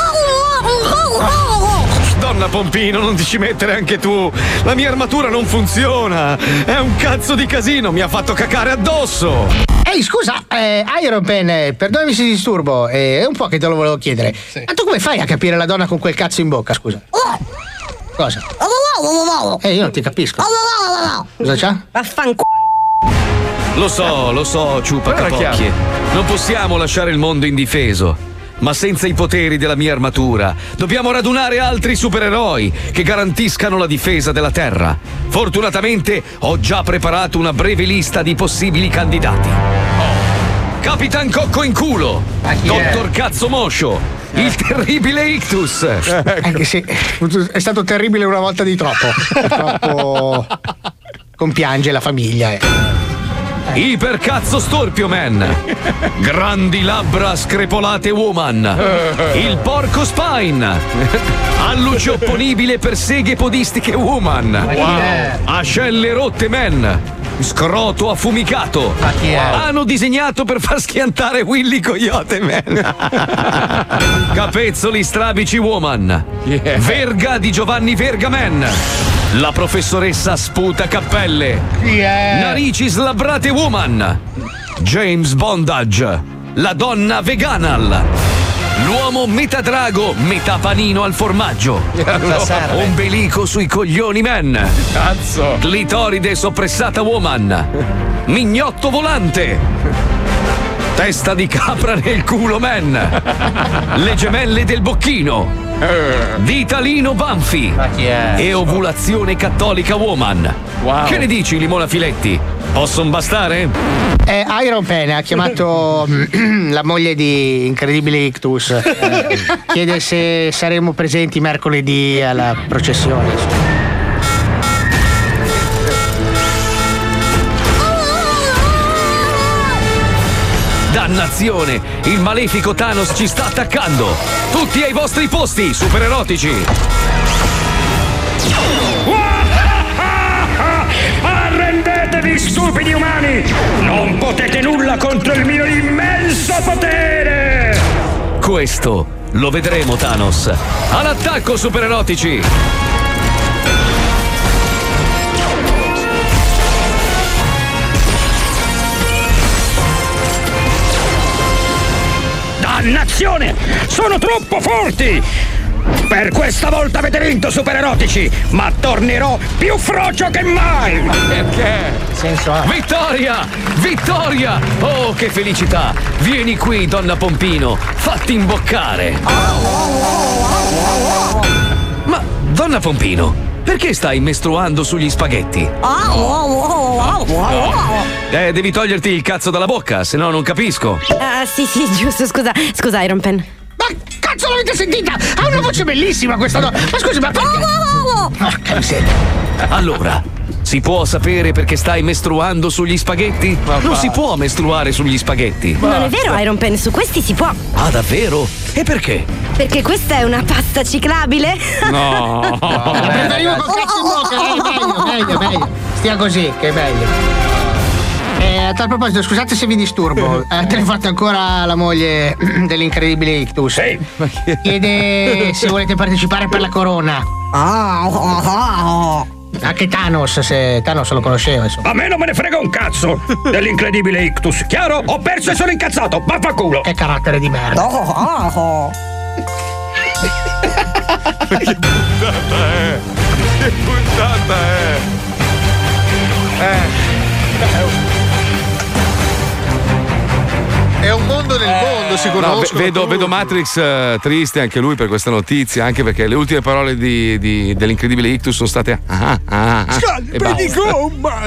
Donna Pompino, non ti ci mettere anche tu! La mia armatura non funziona! È un cazzo di casino, mi ha fatto cacare addosso! Ehi, scusa, Iron Pen, perdonami se ti disturbo, è un po' che te lo volevo chiedere. Ma tu come fai a capire la donna con quel cazzo in bocca, scusa? Cosa? Io non ti capisco. Cosa c'ha? Lo so, ciupa capocchie. Non possiamo lasciare il mondo indifeso. Ma senza i poteri della mia armatura dobbiamo radunare altri supereroi che garantiscano la difesa della Terra. Fortunatamente ho già preparato una breve lista di possibili candidati. Capitan Cocco in culo, Dottor Cazzo Moscio, il terribile Ictus. Anche se è stato terribile una volta di troppo. Troppo compiange la famiglia. Ipercazzo Storpio Man, grandi labbra screpolate woman, il porco Spine, alluce opponibile per seghe podistiche woman, ascelle rotte man, scroto affumicato, ano disegnato per far schiantare Willy Coyote man, capezzoli strabici woman, verga di Giovanni Verga man, la professoressa sputa cappelle, narici slabbrate woman, James Bondage, la donna veganal, l'uomo metà drago, metà panino al formaggio, ombelico sui coglioni man, clitoride soppressata woman, mignotto volante, Testa di capra nel culo man. Le gemelle del bocchino. Ditalino Banfi. E ovulazione cattolica woman. Che ne dici, Limona Filetti? Possono bastare? Iron Pen ha chiamato la moglie di Incredibile Ictus. Chiede se saremo presenti mercoledì alla processione. Dannazione! Il malefico Thanos ci sta attaccando! Tutti ai vostri posti, super erotici! Arrendetevi, stupidi umani! Non potete nulla contro il mio immenso potere! Questo lo vedremo, Thanos! All'attacco, super erotici! Dannazione! Sono troppo forti! Per questa volta avete vinto, super erotici, ma tornerò più frocio che mai! Perché? Senso ha. Vittoria! Vittoria! Oh, che felicità! Vieni qui, donna Pompino, fatti imboccare! Ma, donna Pompino, perché stai mestruando sugli spaghetti? Devi toglierti il cazzo dalla bocca, se no non capisco. Sì, giusto, scusa Iron Pen. Ma cazzo, l'avete sentita? Ha una voce bellissima questa donna. Ma scusi, ma perché? Porca miseria. Allora, si può sapere perché stai mestruando sugli spaghetti? Non si può mestruare sugli spaghetti. Non è vero, Iron Pen, su questi si può. Ah, davvero? E perché? Perché questa è una pasta ciclabile. No. La prenderiamo col cazzo in bocca, meglio. Stia così, che è meglio. A tal proposito, scusate se vi disturbo. Telefonate ancora la moglie dell'incredibile Ictus. Sì. Chiede se volete partecipare per la corona. Anche Thanos, se Thanos lo conosceva, insomma. A me non me ne frega un cazzo dell'incredibile Ictus, chiaro? Ho perso e sono incazzato, vaffanculo! Che carattere di merda. Che puntata è? Che puntata è? È un mondo nel mondo, si conoscono. Vedo Matrix triste anche lui per questa notizia, anche perché le ultime parole dell'incredibile Ictus sono state Scalpe di gomma!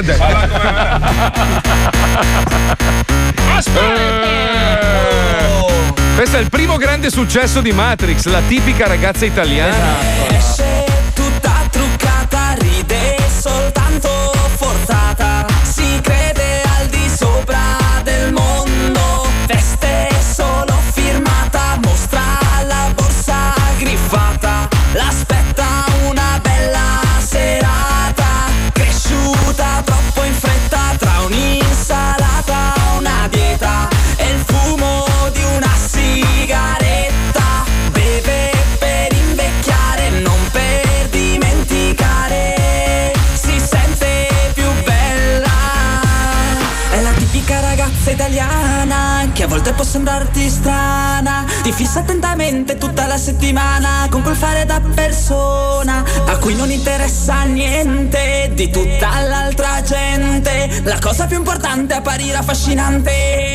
Questo è il primo grande successo di Matrix, la tipica ragazza italiana. Esce tutta truccata, ride soltanto forzata, si crede al di sopra del mondo, veste solo firmata, mostra la borsa griffata, l'aspetta una bella serata, cresciuta troppo in fretta tra un'insalata, una dieta e il fumo di una sigaretta, beve per invecchiare, non per dimenticare, si sente più bella, è la tipica ragazza italiana che a volte può sembrarti strana, ti fissa attentamente tutta la settimana con quel fare da persona a cui non interessa niente di tutta l'altra gente, la cosa più importante è apparire affascinante,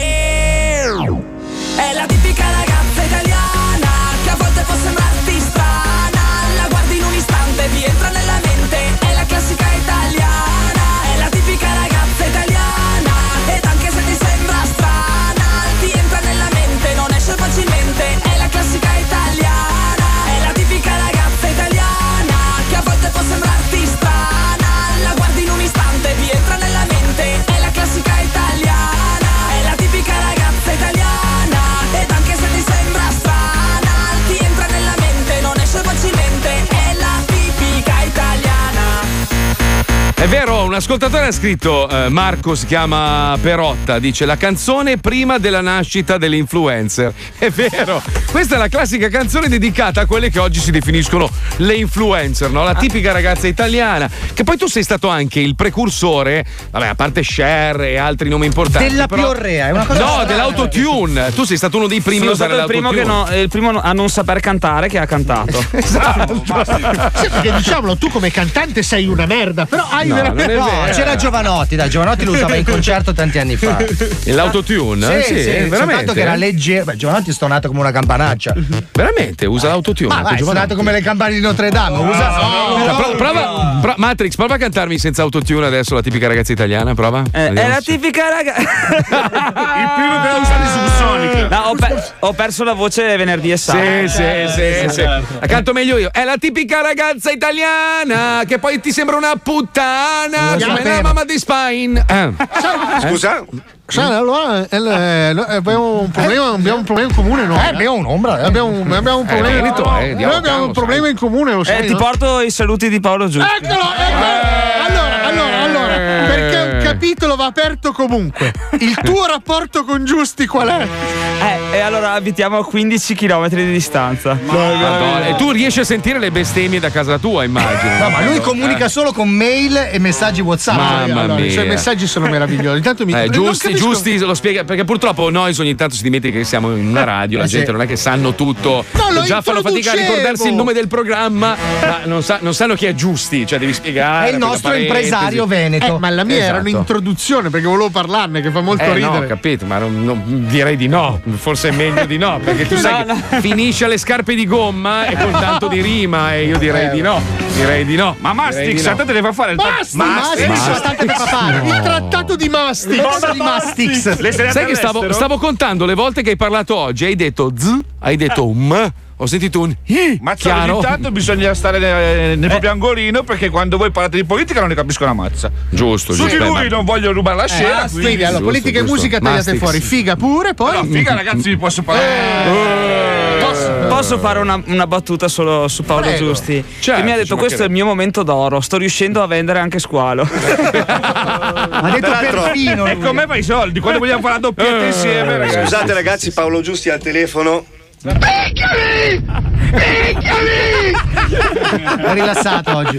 è la tipica ragazza italiana che a volte può sembrarti strana, la guardi in un istante, ti entra nella mente, è la classica italiana, è la tipica ragazza italiana, ed anche se ti sembra strana, ti entra nella mente, non esce facilmente, è la classica italiana, è la tipica ragazza italiana che a volte può sembrarti strana, la guardi in un istante, ti entra nella mente, è la classica italiana, è la tipica ragazza italiana, ed anche se ti sembra strana, ti entra nella mente, non esce facilmente, è la tipica italiana. È vero, un ascoltatore ha scritto, Marco si chiama Perotta, dice la canzone prima della nascita dell'influencer. È vero, questa è la classica canzone dedicata a quelle che oggi si definiscono le influencer, no? La tipica ragazza italiana, che poi tu sei stato anche il precursore, vabbè, a parte Cher e altri nomi importanti. Della piorrea, è una cosa No, strana. dell'autotune. Tu sei stato uno dei primi a Sono usare stato il primo a non saper cantare che ha cantato. Esatto. Sì, perché diciamolo, tu come cantante sei una merda, però hai No, non è veramente. c'era Giovanotti, dai, Giovanotti lo usava in concerto tanti anni fa. L'autotune? Sì, veramente. Soltanto che era leggero. Beh, Giovanotti è stonato come una campanaccia. Veramente? Usa l'autotune? Ma vai, è stonato come le campane di Notre Dame. Prova, Matrix, prova a cantarmi senza autotune adesso la tipica ragazza italiana, prova. È la tipica ragazza. Il primo che l'ha usato è Subsonic. No, ho perso la voce venerdì e sabato. Sì. La canto meglio io. È la tipica ragazza italiana che poi ti sembra una puttana. Come la mamma di Spine. Scusa? Allora abbiamo un problema in comune, no? Abbiamo un'ombra. Abbiamo un problema. Noi abbiamo un problema in comune, lo sai. Ti porto i saluti di Paolo Giusti. Eccolo. Allora, perché un capitolo va aperto comunque. Il tuo rapporto con Giusti qual è? E allora abitiamo a 15 km di distanza. E tu riesci a sentire le bestemmie da casa tua, immagino. No, ma lui comunica solo con mail e messaggi WhatsApp. Mamma mia. I suoi messaggi sono meravigliosi. Intanto Giusti lo spiega, perché purtroppo noi ogni tanto si dimentica che siamo in una radio, la gente non è che sanno tutto, già fanno fatica a ricordarsi il nome del programma, ma non sanno chi è Giusti, cioè devi spiegare. È il nostro impresario veneto. Ma la mia era un'introduzione perché volevo parlarne, che fa molto ridere. No, ho capito, ma non direi di no, forse è meglio di no, perché tu sai che finisce alle scarpe di gomma e con tanto di rima e io direi di no. Ma Mastix, a te te ne fa fare il il trattato di Mastix. Sai che stavo contando le volte che hai parlato oggi, hai detto z, hai detto ho sentito un Mazza, ogni tanto bisogna stare nel proprio angolino, perché quando voi parlate di politica non ne capisco una mazza. Giusto. Su di lui non voglio rubare la scena. Quindi allora, politica e musica tagliate fuori, figa pure, poi. No, figa ragazzi, vi posso parlare. Posso fare una battuta solo su Paolo Giusti? Che mi ha detto questo è il mio momento d'oro, sto riuscendo a vendere anche Squalo. Ha detto perfino. E con me fai i soldi, quando vogliamo fare la doppietta insieme, ragazzi. Scusate ragazzi, Paolo Giusti al telefono. È rilassato oggi.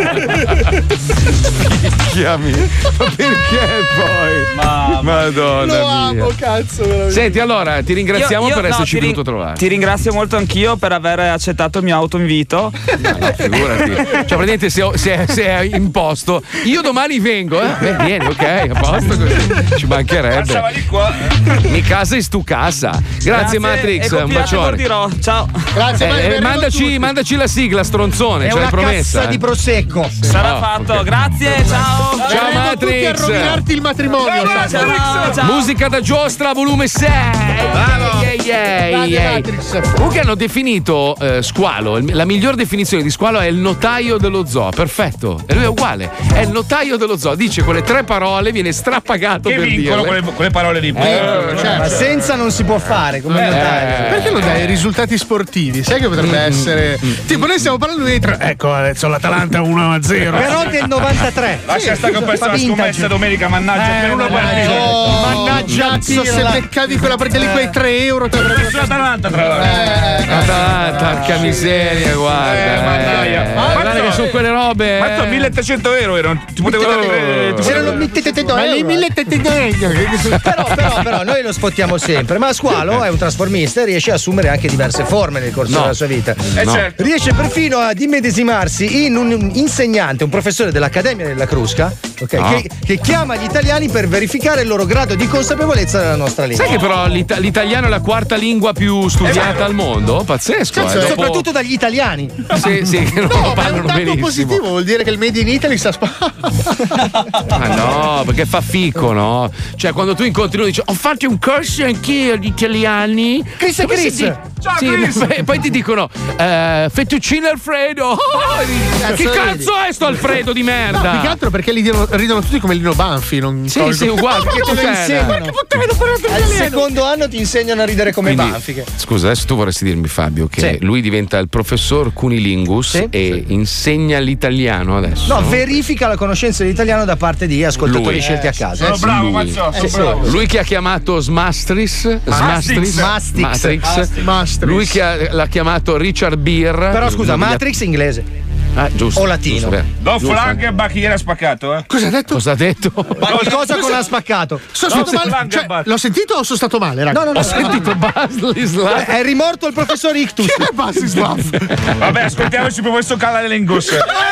Chiami. Ma perché poi? Madonna lo amo, mia. cazzo, veramente. Senti, allora ti ringraziamo per esserci venuto a trovare. Ti ringrazio molto anch'io per aver accettato il mio autoinvito. No, figurati. Cioè, praticamente se è imposto, io domani vengo, vieni, ok, a posto così. Ci mancherebbe. Mi casa e stu casa. Grazie Matrix, un bacione. Ciao. Grazie, mandaci la sigla, stronzone. È ce l'hai una promessa. cassa di prosecco. Sarà fatto. Okay. Grazie, ciao. Ciao Matrix. A rovinarti il matrimonio. Ciao. Musica da giostra, volume 6. Comunque hanno definito Squalo. La miglior definizione di Squalo è il notaio dello zoo. Perfetto. E lui è uguale. È il notaio dello zoo. Dice quelle 3 parole, viene strapagato che per vincono dirle. quelle parole lì. Ma senza non si può fare come notaio. Perché non dai risultati sportivi? Sai che potrebbe essere. Tipo, noi stiamo parlando di ecco, adesso l'Atalanta 1-0. Però del 93. Lascia stare con questa scommessa domenica, mannaggia, per una partita. Mannaggia, se beccavi quella partita lì, quei 3 euro te l'Atalanta, tra l'altro. Atalanta, porca miseria, guarda. Guarda che sono quelle robe. Ma 1.300 euro erano. Ti potevo dare. C'erano 1.300 però noi lo spottiamo sempre. Ma Squalo è un trasformista e riesce a assumere anche diverse forme nel corso della sua vita. Certo. Riesce perfino ad immedesimarsi in un insegnante, un professore dell'Accademia della Crusca, che chiama gli italiani per verificare il loro grado di consapevolezza della nostra lingua. Sai che però l'italiano è la 4ª lingua più studiata al mondo? Pazzesco. Soprattutto dagli italiani. Sì, che non lo parlano è un dato benissimo. positivo, vuol dire che il Made in Italy sta Ma no, perché fa fico, no? Cioè, quando tu incontri uno dici ho fatto un corso anch'io di italiani. Chris. Ciao, Chris. Poi ti dicono fettuccine Alfredo. Che cazzo è sto Alfredo di merda? No, più che altro perché ridono tutti come Lino Banfi. Non sì, uguale. Perché te lo insegnano. Al secondo anno ti insegnano a ridere come Banfi. Scusa, adesso tu vorresti dirmi, Fabio, che lui diventa il professor Cunilingus e insegna l'italiano adesso. No, verifica la conoscenza dell'italiano da parte di ascoltatori scelti a caso. Sono bravo, Mazzotto. Lui che ha chiamato Matrix. Mastix. Lui che l'ha chiamato Richard Beer. Però scusa, Matrix inglese. Giusto. O latino. Don Flankenbach ieri ha spaccato, eh? Cosa ha detto? Cosa ha detto? Ma qualcosa con ha spaccato. Sono stato male. Cioè, l'ho sentito o sono stato male, raga? No. Ho sentito Basislav. È rimorto il professor Ictus. Chi è Basislav? Vabbè, ascoltiamoci il professor Canalingus.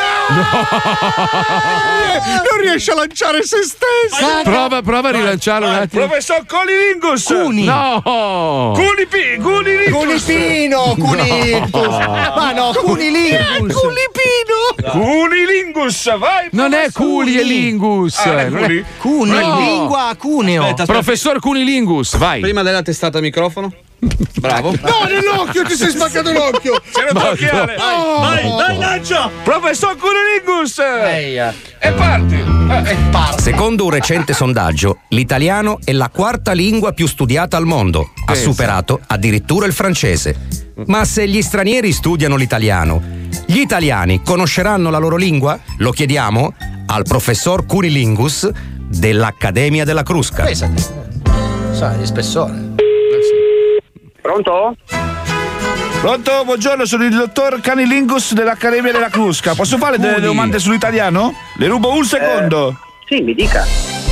Non riesce a lanciare se stesso. Prova a rilanciarlo un attimo. Professor Conilingus. Cuni. No. Cunilingus. Cunipino. Cunictus. Ma no, Cunilingus. Cunilingus, vai. Non è Culi e Lingus. Culi? Cuni, No. lingua cuneo. Professor Cunilingus, vai. Prima della testata a microfono. Bravo. No, nell'occhio, ti sei spaccato l'occhio. C'è un occhiale. Vai, lancia. Professor Cunilingus. E parti. Secondo un recente sondaggio, l'italiano è la quarta lingua più studiata al mondo. Ha superato addirittura il francese. Ma se gli stranieri studiano l'italiano, gli italiani conosceranno la loro lingua? Lo chiediamo al professor Cunilingus dell'Accademia della Crusca. Sai, di spessore. Pronto? Pronto, buongiorno, sono il dottor Canilingus dell'Accademia della Crusca. Posso fare delle domande sull'italiano? Le rubo un secondo. Sì, mi dica.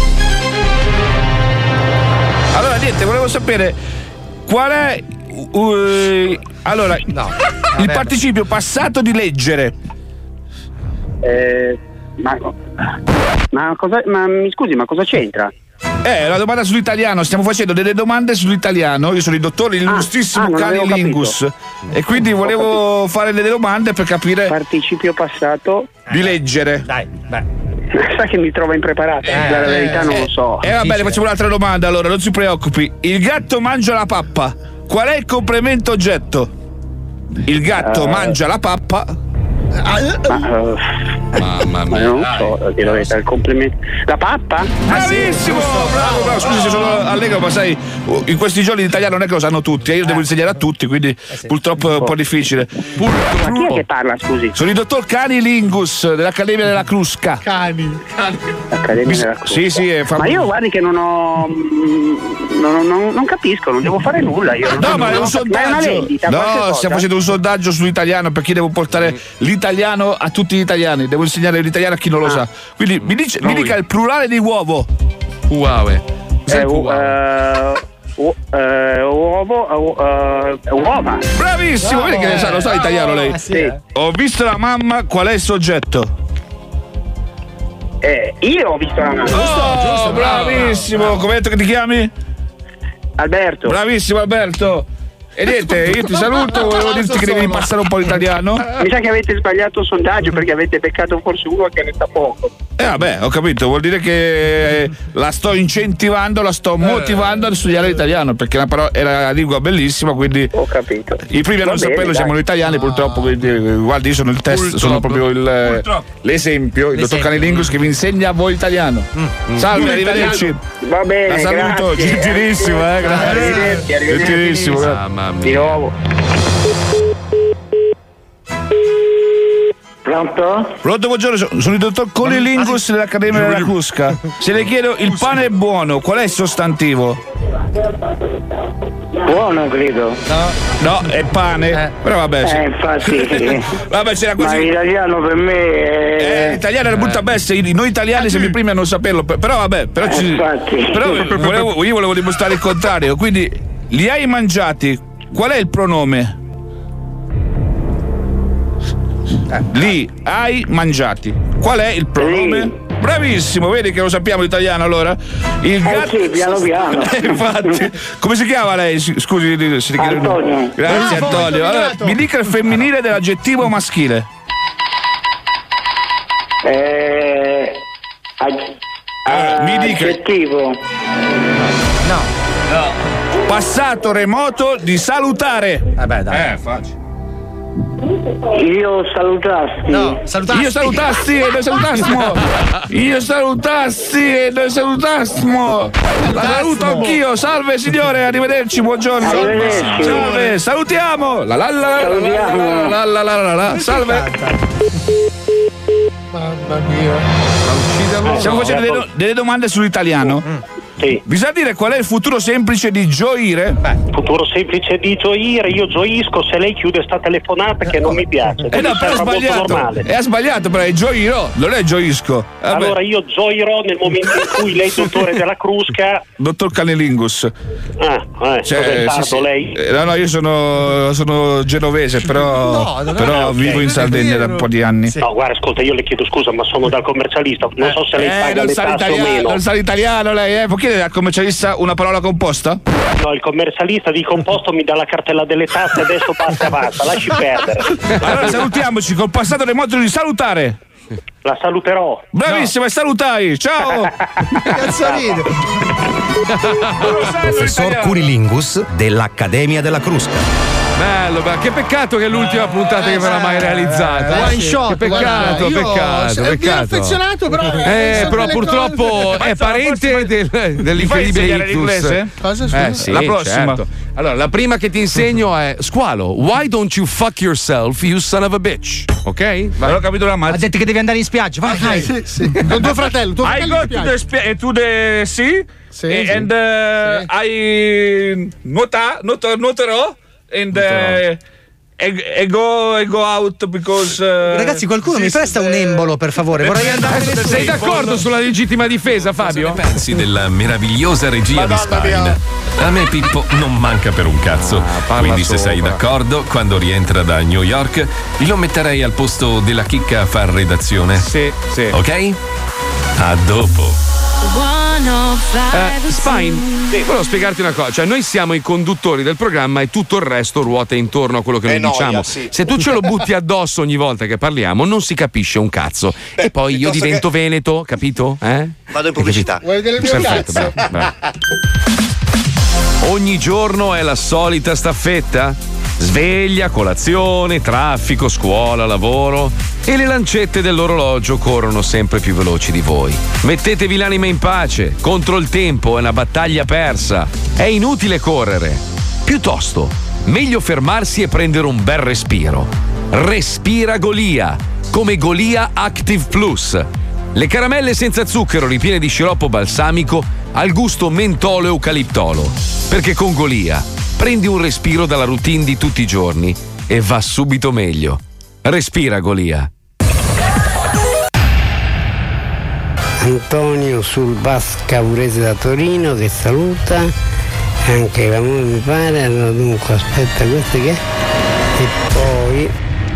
Allora, niente, volevo sapere qual è il participio passato di leggere. Ma mi scusi, ma cosa c'entra? La domanda sull'italiano, stiamo facendo delle domande sull'italiano. Io sono il dottore illustrissimo Canilingus e quindi volevo fare delle domande per capire. Participio passato di leggere. Dai. Sa che mi trova impreparato, la verità non lo so. Va bene, facciamo un'altra domanda allora, non si preoccupi. Il gatto mangia la pappa. Qual è il complemento oggetto? Il gatto mangia la pappa. Mamma mia. Non so, il complimento. La pappa? Bravissimo! Bravo. Scusi se sono allegro, ma sai, in questi giorni l'italiano non è che lo sanno tutti, io devo insegnare a tutti, quindi purtroppo è un po' difficile. Ma chi è che parla, scusi? Sono il dottor Canilingus dell'Accademia della Crusca. Accademia della Crusca. Sì, ma io guardi che non capisco, non devo fare nulla. Ma è un sondaggio. Stiamo facendo un sondaggio sull'italiano per chi devo portare l'italiano a tutti gli italiani. Devo insegnare l'italiano a chi non lo sa. Quindi mi dica il plurale di uovo. Uova. Uova. Bravissimo, vedi che lo sa l'italiano lei. Sì. Ho visto la mamma, qual è il soggetto? Io ho visto la mamma. Giusto, bravissimo. Come hai detto che ti chiami? Alberto. Bravissimo Alberto. E niente, io ti saluto, volevo dirti che devi passare un po' l'italiano. Mi sa che avete sbagliato il sondaggio perché avete beccato forse uno che ne sa poco. Vabbè, ho capito, vuol dire che la sto incentivando, la sto motivando a studiare l'italiano, perché è una lingua bellissima, quindi. Ho capito. I primi a non saperlo siamo noi italiani, purtroppo, quindi, guardi, io sono il test, sono proprio l'esempio, il dottor Canilingus che vi insegna a voi italiano. Salve, arrivederci. Va bene. La saluto, gentilissimo, grazie. Gentilissimo, grazie. Di nuovo. Pronto? Pronto, buongiorno, sono il dottor Conilingus dell'Accademia della Crusca. Se le chiedo, il pane è buono, qual è il sostantivo? Buono, credo. No, è pane. Però vabbè. Infatti. Vabbè, c'era così. Ma l'italiano per me. L'italiano è una brutta bestia. Noi italiani siamo i primi a non saperlo. Però vabbè, però io volevo dimostrare il contrario. Quindi, li hai mangiati? Qual è il pronome? Li hai mangiati. Qual è il pronome? Bravissimo, vedi che lo sappiamo l'italiano allora? Il gatto. Sì, piano piano. Infatti, come si chiama lei? Scusi, si richiede. Antonio. Grazie Antonio. Allora, mi dica il femminile dell'aggettivo maschile. Mi dica. Aggettivo. No. Passato remoto di salutare. Vabbè, dai. Facile. Io salutassi. No, salutassi. Io salutassi e noi salutasmo. Io salutassi e noi salutasmo. La saluto anch'io. Salve signore, arrivederci, buongiorno. Arrivederci. Salve, salutiamo. Salve. Mamma mia. Stiamo facendo delle domande sull'italiano. Sì. Bisogna dire qual è il futuro semplice di gioire? Futuro semplice di gioire, io gioisco se lei chiude sta telefonata che non mi piace. No, però ha sbagliato. Ha sbagliato, però è gioirò, non è gioisco. Vabbè. Allora io gioirò nel momento in cui lei, dottore della Crusca. Dottor Canelingus. Cos'è sardo lei? No, io sono genovese, però vivo in Sardegna da un po' di anni. No, guarda, ascolta, io le chiedo scusa, ma sono dal commercialista, non so se lei paga le tasse o meno. Non sa l'italiano lei, può chiedere al commercialista una parola composta? No, il commercialista di composto mi dà la cartella delle tasse, adesso basta, lasci perdere. Allora salutiamoci col passato remoto di salutare. La saluterò. Bravissimo, e salutai, ciao. Cazzo ride. Professor Curilingus dell'Accademia della Crusca. Bello, che peccato che è l'ultima puntata che verrà mai realizzata. One shot, che peccato, mi ha affezionato, però. Però purtroppo è parente dell'incredibile Ictus. Cosa? Sì, la prossima. Certo. Allora, la prima che ti insegno è Squalo, why don't you fuck yourself, you son of a bitch? Ok? Non ho capito la mazza. Ha detto che devi andare in spiaggia. Vai. Sì. Con tuo fratello. I go to the sea and I nuoterò and e go out because ragazzi, qualcuno mi presta un embolo, per favore? Vorrei andare. Sei d'accordo sulla legittima difesa, Fabio? Cosa ne pensi della meravigliosa regia di Spine? A me Pippo non manca per un cazzo. Quindi se sei d'accordo, quando rientra da New York lo metterei al posto della chicca a far redazione. Sì. Ok? A dopo. Spine, volevo spiegarti una cosa, cioè noi siamo i conduttori del programma e tutto il resto ruota intorno a quello che noi diciamo. Sì. Se tu ce lo butti addosso ogni volta che parliamo non si capisce un cazzo. E poi io divento veneto, capito? Vado in pubblicità. Vuoi vedere il mio Perfetto, cazzo? bravo. Ogni giorno è la solita staffetta? Sveglia, colazione, traffico, scuola, lavoro e le lancette dell'orologio corrono sempre più veloci di voi. Mettetevi l'anima in pace, contro il tempo è una battaglia persa, è inutile correre. Piuttosto, meglio fermarsi e prendere un bel respiro. Respira Golia, come Golia Active Plus. Le caramelle senza zucchero ripiene di sciroppo balsamico al gusto mentolo e eucaliptolo, perché con Golia prendi un respiro dalla routine di tutti i giorni e va subito meglio. Respira Golia. Antonio sul bus Cavurese da Torino che saluta, anche la moglie mi pare. Allora, dunque aspetta, questo che è? E poi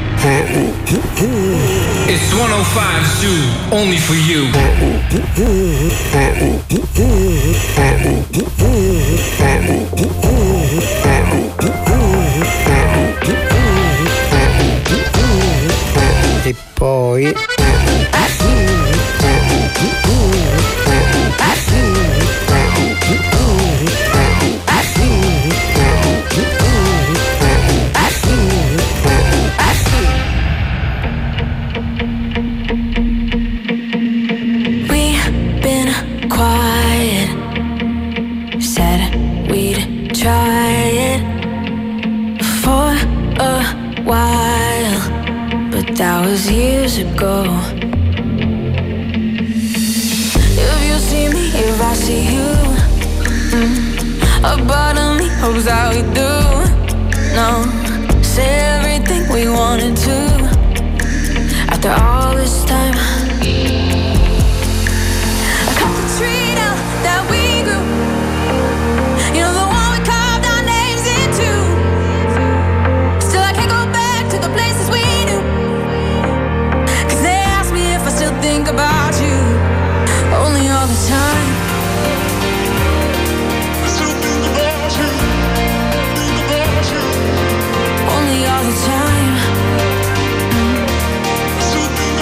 It's 105 Zoo, only for you. E poi that was years ago. If you see me, if I see you, a part of me hopes that we do. No, say everything we wanted to. After all this time, I cut the tree down that we grew. You know, the one we carved our names into. Still I can't go back to the places we knew. Think about you only all the time. I still think about you, only all the time. I still think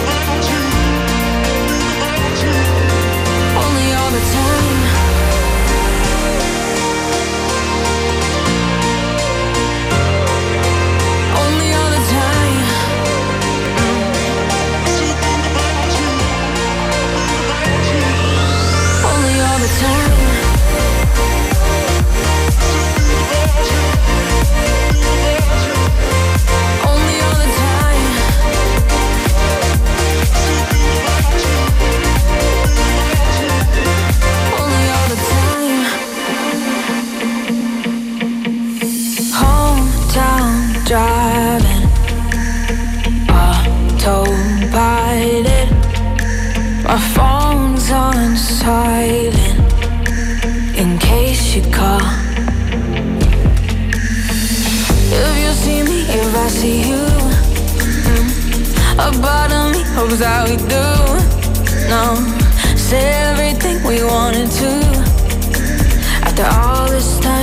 proves how we do. No, say everything we wanted to. After all this time.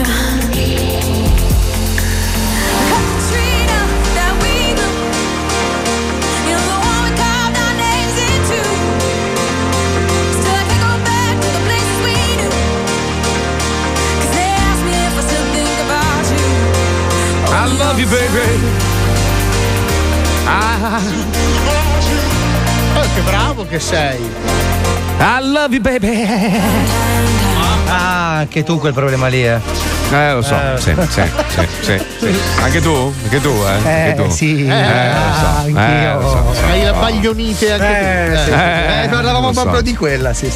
I love you baby. Oh, che bravo che sei. I love you baby. Ah, anche tu quel problema lì, lo so, sì. Anche tu? Anche tu, Anche tu. Sì. Lo so. Anch'io. Lo so. Hai la baglionite anche tu. Parlavamo proprio di quella, sì.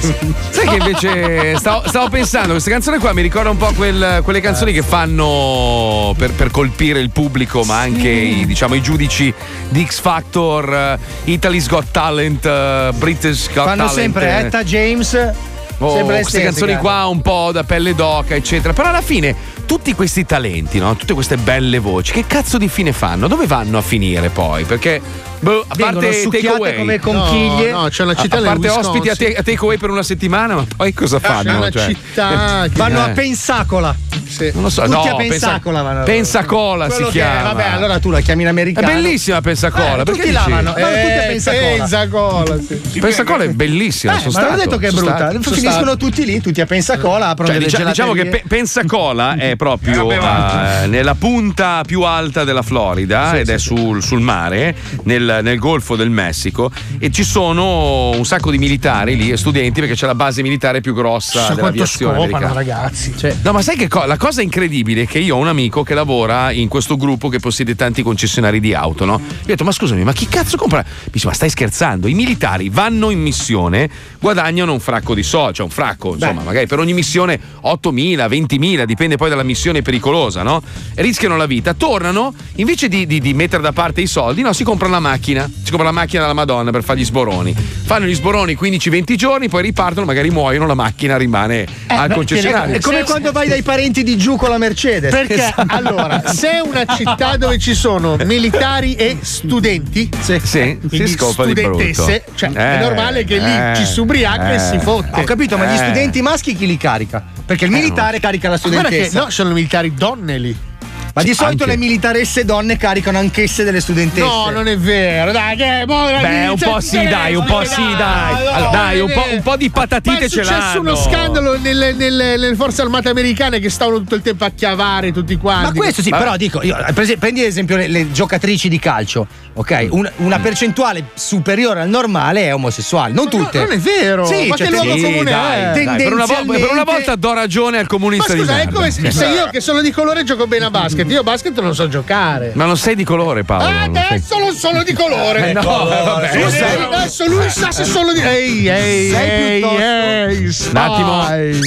Sai che invece stavo pensando, questa canzone qua mi ricorda un po' quelle canzoni che fanno per colpire il pubblico, ma anche i giudici di X Factor, Italy's Got Talent, British Got Talent. Fanno sempre Etta James. Queste canzoni qua un po' da pelle d'oca, eccetera. Però alla fine tutti questi talenti, no? Tutte queste belle voci, che cazzo di fine fanno? Dove vanno a finire poi? Perché a parte takeaway come conchiglie. No, c'è una città a parte nel ospiti a takeaway per una settimana, ma poi cosa fanno? C'è una città che vanno a Pensacola. Non lo so, tutti no, a Pensacola vanno. Pensacola si chiama. Vabbè, allora tu la chiami in americano. È bellissima Pensacola. Perché tutti la vanno tutti a Pensacola. Pensacola, sì. Pensacola è bellissima. Ma non ho detto che è brutta. Finiscono tutti lì, tutti a Pensacola, aprono delle gelaterie. Diciamo che Pensacola è proprio nella punta più alta della Florida ed è sul mare, nel Golfo del Messico, e ci sono un sacco di militari lì e studenti, perché c'è la base militare più grossa dell'aviazione americana. Ragazzi. No, ma sai che la cosa incredibile è che io ho un amico che lavora in questo gruppo che possiede tanti concessionari di auto, no? Io ho detto, ma scusami, ma chi cazzo compra? Mi dice, ma stai scherzando? I militari vanno in missione, guadagnano un fracco di soldi, cioè un fracco, insomma, magari per ogni missione 8.000, 20.000, dipende poi dalla missione pericolosa, no? E rischiano la vita, tornano, invece di mettere da parte i soldi, no, si comprano la macchina della Madonna per fare gli sboroni. Fanno gli sboroni 15-20 giorni, poi ripartono, magari muoiono, la macchina rimane al concessionario. È come quando vai dai parenti di giù con la Mercedes. Perché allora, se è una città dove ci sono militari e studenti, si scopa di brutto. Studentesse, cioè è normale che lì ci si ubriaca e si fotte. Ho capito, ma gli studenti maschi chi li carica? Perché il militare carica la studentessa. Guarda che sono militari donne lì. Ma di solito le militaresse donne caricano anch'esse delle studentesse. No, non è vero, dai, che un po' sì, dai. Allora, dai, un po' di patatite ce l'hanno. È successo uno scandalo nelle forze armate americane che stavano tutto il tempo a chiavare tutti quanti. Ma questo sì, però dico, prendi ad esempio le giocatrici di calcio, ok? Una percentuale superiore al normale è omosessuale, non tutte. Non è vero. Sì, ma che luogo comune è? Per una volta do ragione al comunista di merda. Ma scusa, è come se io che sono di colore gioco bene a basket. Io a basket non so giocare. Ma non sei di colore, Paolo. Adesso non sono di colore. No, vabbè. Adesso lui sa se sono di. Ehi, un attimo.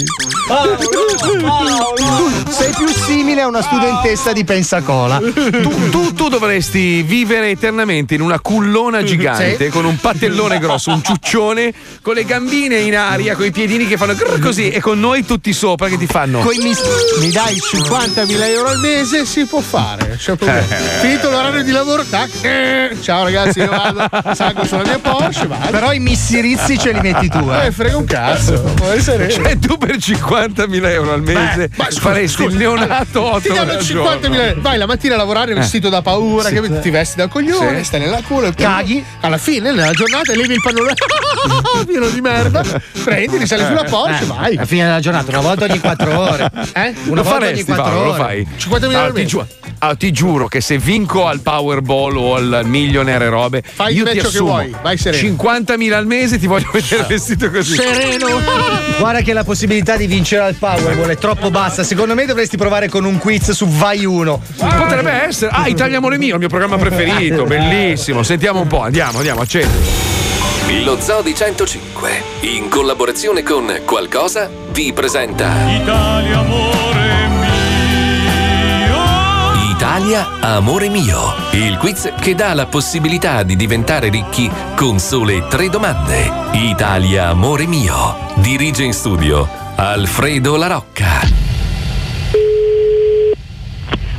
Sei più simile a una studentessa di Pensacola. Tu dovresti vivere eternamente in una cullona gigante con un pattellone grosso, un ciuccione, con le gambine in aria, con i piedini che fanno così, e con noi tutti sopra che ti fanno. Mi dai 50.000 euro al mese, si può fare. Finito l'orario di lavoro, tac. Ciao ragazzi, io vado, salgo sulla mia Porsche, vado. Però i missirizzi ce li metti tu, frega un cazzo. Cioè tu per 50.000 euro al mese faresti il neonato 8 ti danno 50.000 euro. Vai la mattina a lavorare vestito da paura, che ti vesti da coglione, stai nella culo e caghi. Alla fine nella giornata levi il pannolino pieno di merda, prendi, risali sulla Porsche, vai. Alla fine della giornata, una volta ogni 4 ore. Lo faresti, Paolo, lo fai? 50.000 euro al mese. Ti giuro che se vinco al Powerball o al Millionaire robe, fai io il ti che assumo vuoi, vai sereno. 50.000 al mese, ti voglio vedere vestito così. Sereno. Guarda che la possibilità di vincere al Powerball è troppo bassa. Secondo me dovresti provare con un quiz su Vai 1. Potrebbe essere. Italia Amore Mio, il mio programma preferito, bellissimo. Sentiamo un po', andiamo, accendi. Lo Zoo di 105, in collaborazione con Qualcosa, vi presenta Italia Amore Mio. Italia Amore Mio, il quiz che dà la possibilità di diventare ricchi con sole 3 domande. Italia Amore Mio. Dirige in studio Alfredo La Rocca.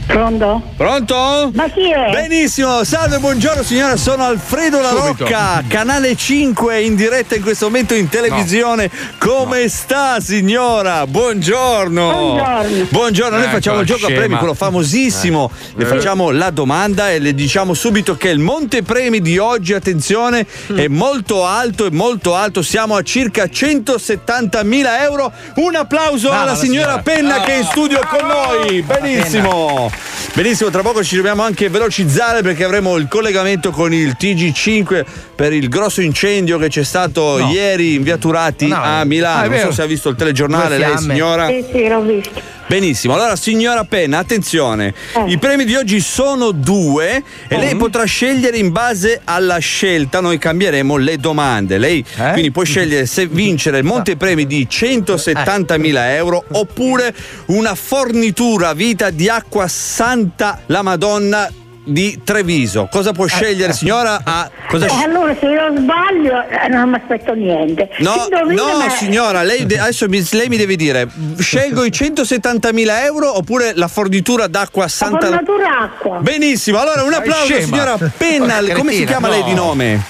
Pronto? Pronto? Ma chi è? Benissimo, salve, buongiorno signora, sono Alfredo La Rocca, canale 5 in diretta in questo momento in televisione. Come sta signora? Buongiorno. Buongiorno, noi facciamo il gioco a premi, quello famosissimo. Le facciamo la domanda e le diciamo subito che il montepremi di oggi, attenzione, è molto alto, siamo a circa 170.000 euro. Un applauso alla signora Penna che è in studio con noi. Benissimo. Benissimo, tra poco ci dobbiamo anche velocizzare perché avremo il collegamento con il TG5 per il grosso incendio che c'è stato ieri in via Turati a Milano. Non so se ha visto il telegiornale lei signora. Sì, l'ho visto. Benissimo, allora signora Penna, attenzione, i premi di oggi sono 2 e lei potrà scegliere in base alla scelta, noi cambieremo le domande. Lei quindi può scegliere se vincere il montepremi di 170.000 euro oppure una fornitura vita di acqua Santa la Madonna di Treviso. Cosa può scegliere signora? Allora se io sbaglio non mi aspetto niente. No, signora, lei adesso lei mi deve dire: scelgo i 170.000 euro oppure la fornitura d'acqua Santa. La fornitura acqua. Benissimo, allora un applauso signora Penna. Come si chiama lei di nome?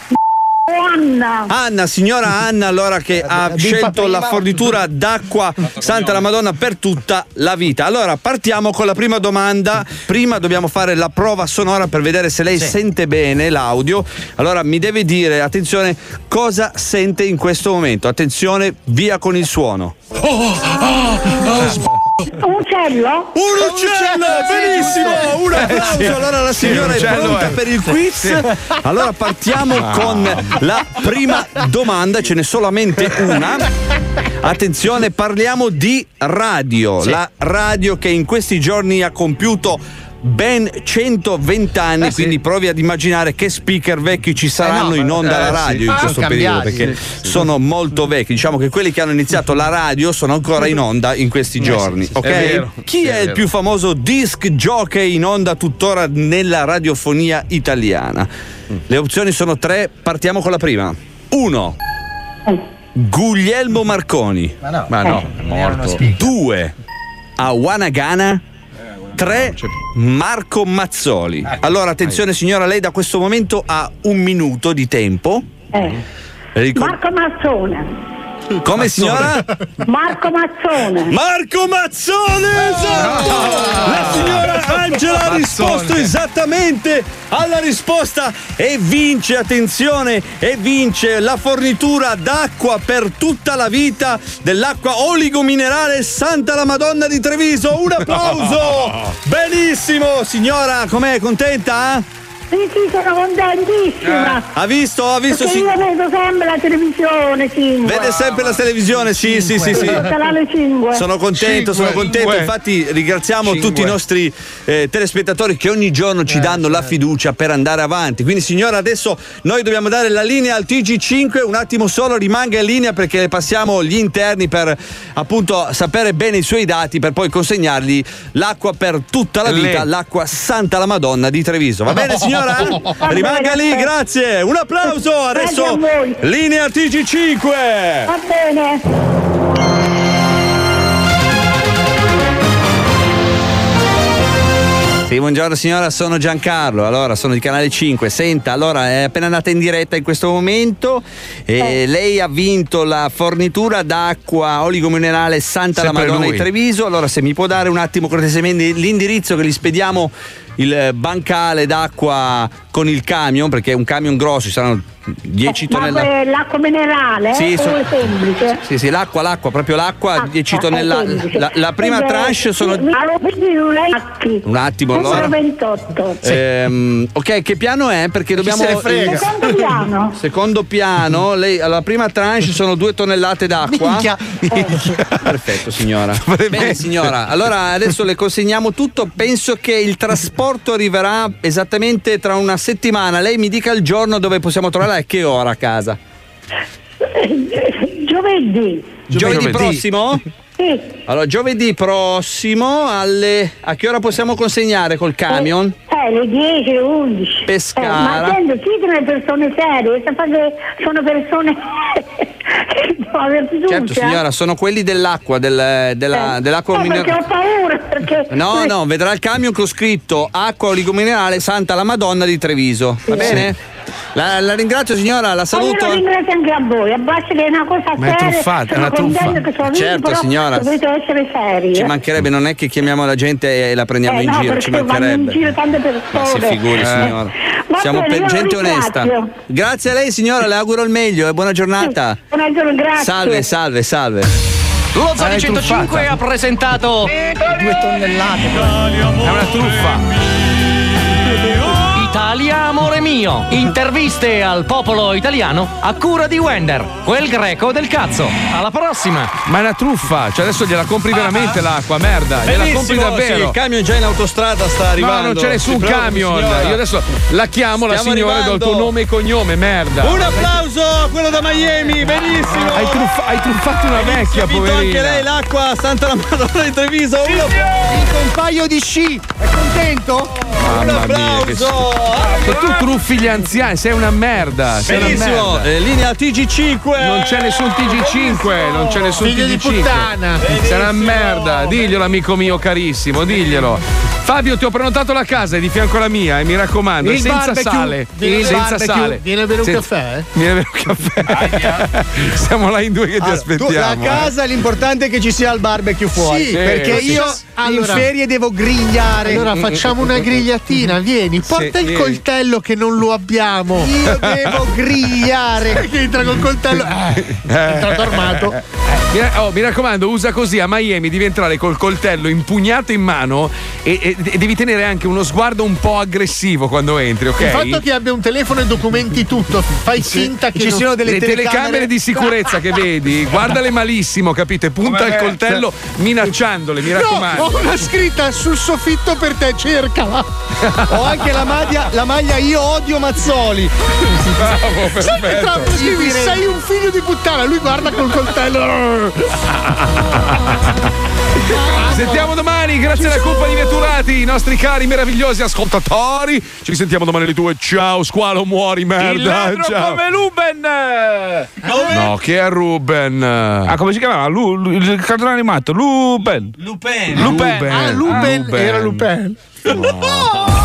Anna, signora Anna, allora, che ha scelto la fornitura d'acqua Santa la Madonna per tutta la vita. Allora partiamo con la prima domanda. Prima dobbiamo fare la prova sonora per vedere se lei sente bene l'audio. Allora mi deve dire, attenzione, cosa sente in questo momento. Attenzione, via con il suono. Un uccello? Un uccello, benissimo, un applauso. Allora la signora è pronta per il quiz. Allora partiamo con la prima domanda, ce n'è solamente una. Attenzione, parliamo di radio. La radio che in questi giorni ha compiuto ben 120 anni, quindi provi ad immaginare che speaker vecchi ci saranno in onda alla radio in questo periodo, perché sono molto vecchi. Diciamo che quelli che hanno iniziato la radio sono ancora in onda in questi giorni, ok? È Chi è il più famoso disc jockey in onda tuttora nella radiofonia italiana? Le opzioni sono 3, partiamo con la prima. 1. Guglielmo Marconi. Ma no, è morto. 2. Awana Gana. 3. Marco Mazzoli. Allora attenzione signora, lei da questo momento ha 1 minuto di tempo. Marco Mazzone. Come signora? Marco Mazzone. Marco Mazzone, esatto! La signora Angela ha risposto esattamente alla risposta e vince, attenzione, e vince la fornitura d'acqua per tutta la vita dell'acqua oligominerale Santa la Madonna di Treviso. Un applauso! Benissimo, signora, com'è, contenta? Sì, sono contentissima. Ha visto? Perché io vedo sempre la televisione 5. Vede sempre la televisione, sì. Canale 5. Sono contento. Infatti ringraziamo tutti i nostri telespettatori che ogni giorno ci danno la fiducia per andare avanti. Quindi signora, adesso noi dobbiamo dare la linea al TG5. Un attimo solo, rimanga in linea perché le passiamo gli interni per appunto sapere bene i suoi dati per poi consegnargli l'acqua per tutta la vita, l'acqua Santa la Madonna di Treviso. Va bene signora? Rimanga lì, grazie. Un applauso. Adesso linea TG5. Va bene. Sì, buongiorno signora, sono Giancarlo, allora sono di Canale 5. Senta, allora è appena andata in diretta in questo momento e lei ha vinto la fornitura d'acqua oligominerale Santa la Madonna di Treviso. Allora se mi può dare un attimo cortesemente l'indirizzo che gli spediamo il bancale d'acqua con il camion, perché è un camion grosso, ci saranno 10 tonnellate. Ma l'acqua minerale? Sì, o è semplice? Sì, l'acqua, proprio l'acqua, 10 tonnellate. La prima tranche sono. Un attimo, allora. 28. Ok, che piano è? Perché dobbiamo. Secondo piano. Secondo piano, lei alla prima tranche sono 2 tonnellate d'acqua. Perfetto, signora. Bene, signora. Allora adesso le consegniamo tutto. Penso che il trasporto arriverà esattamente tra una settimana. Lei mi dica il giorno dove possiamo trovarla e che ora a casa. Giovedì. Giovedì prossimo? Sì. Allora, giovedì prossimo a che ora possiamo consegnare col camion? le 10, le 11. Pescara. Ma attendo, siete le persone serie, sono persone che devono aver fiducia. Certo signora, sono quelli dell'acqua, dell'acqua perché ho paura, perché... No, vedrà il camion con scritto acqua oligominerale Santa la Madonna di Treviso. Va bene? La ringrazio signora, la saluto. Io ringrazio anche a voi, abbassa che è una cosa Ma è seria. truffata, è una sono truffa. contenta che sono vivi, Certo, però signora. dovete essere seri. Ci mancherebbe, non è che chiamiamo la gente e la prendiamo in no, giro, ci perché vanno in mancherebbe. giro tante persone. Ma si figuri signora. Va Siamo bene, io la gente onesta. ringrazio. Grazie a lei signora, le auguro il meglio e buona giornata. Buongiorno, grazie. Salve. Lo Zodi 105 ha presentato 2 tonnellate. È una truffa. Italia amore mio. Interviste al popolo italiano a cura di Wender, quel greco del cazzo. Alla prossima. Ma è una truffa, cioè adesso gliela compri veramente l'acqua, merda. Gliela compri davvero. Sì, il camion già in autostrada sta arrivando. No, non c'è nessun camion. Io adesso la chiamo la signora e do il tuo nome e cognome, merda. Un applauso a quello da Miami, benissimo. Hai truffato una vecchia, poverina. Anche lei l'acqua Santa la Madonna di Treviso. Vinco un paio di sci. È contento? Un applauso. Che tu truffi gli anziani, sei una merda. Sei Benissimo, una merda. linea TG5. Non c'è nessun TG5, non c'è nessun Figlio TG5. di puttana. Sei una merda, diglielo amico mio carissimo, diglielo. Fabio, ti ho prenotato la casa, è di fianco alla mia, e mi raccomando, Il senza barbecue. sale. Senza sale. Vieni a bere un Senza- caffè? Vieni a bere un caffè. Siamo là in due che ti aspettiamo. La casa l'importante è che ci sia il barbecue fuori. Sì, perché sì, io sì. in ferie devo grigliare. Allora facciamo una grigliatina, vieni, porta il coltello che non lo abbiamo. Io devo grigliare. Che entra col coltello. È entrato armato. Mi raccomando, usa così a Miami, devi entrare col coltello impugnato in mano e devi tenere anche uno sguardo un po' aggressivo quando entri, ok? Il fatto che abbia un telefono e documenti tutto, fai finta che ci non... siano delle le telecamere di sicurezza che vedi, guardale malissimo, capito? E punta il coltello minacciandole, mi raccomando. No, ho una scritta sul soffitto per te, cercala. Ho anche la maglia io odio Mazzoli. Bravo, Sai che tra l'altro scrivi sei un figlio di puttana, lui guarda col coltello. Sentiamo domani, grazie alla Coppa di Vetturati, i nostri cari meravigliosi ascoltatori. Ci sentiamo domani alle 2. Ciao, squalo, muori, merda. Il ladro Ciao. come Ruben. No, che è Ruben? Ah, come si chiamava? Il cartone animato, Lupin. Ah, Lupin. Era Lupin. No.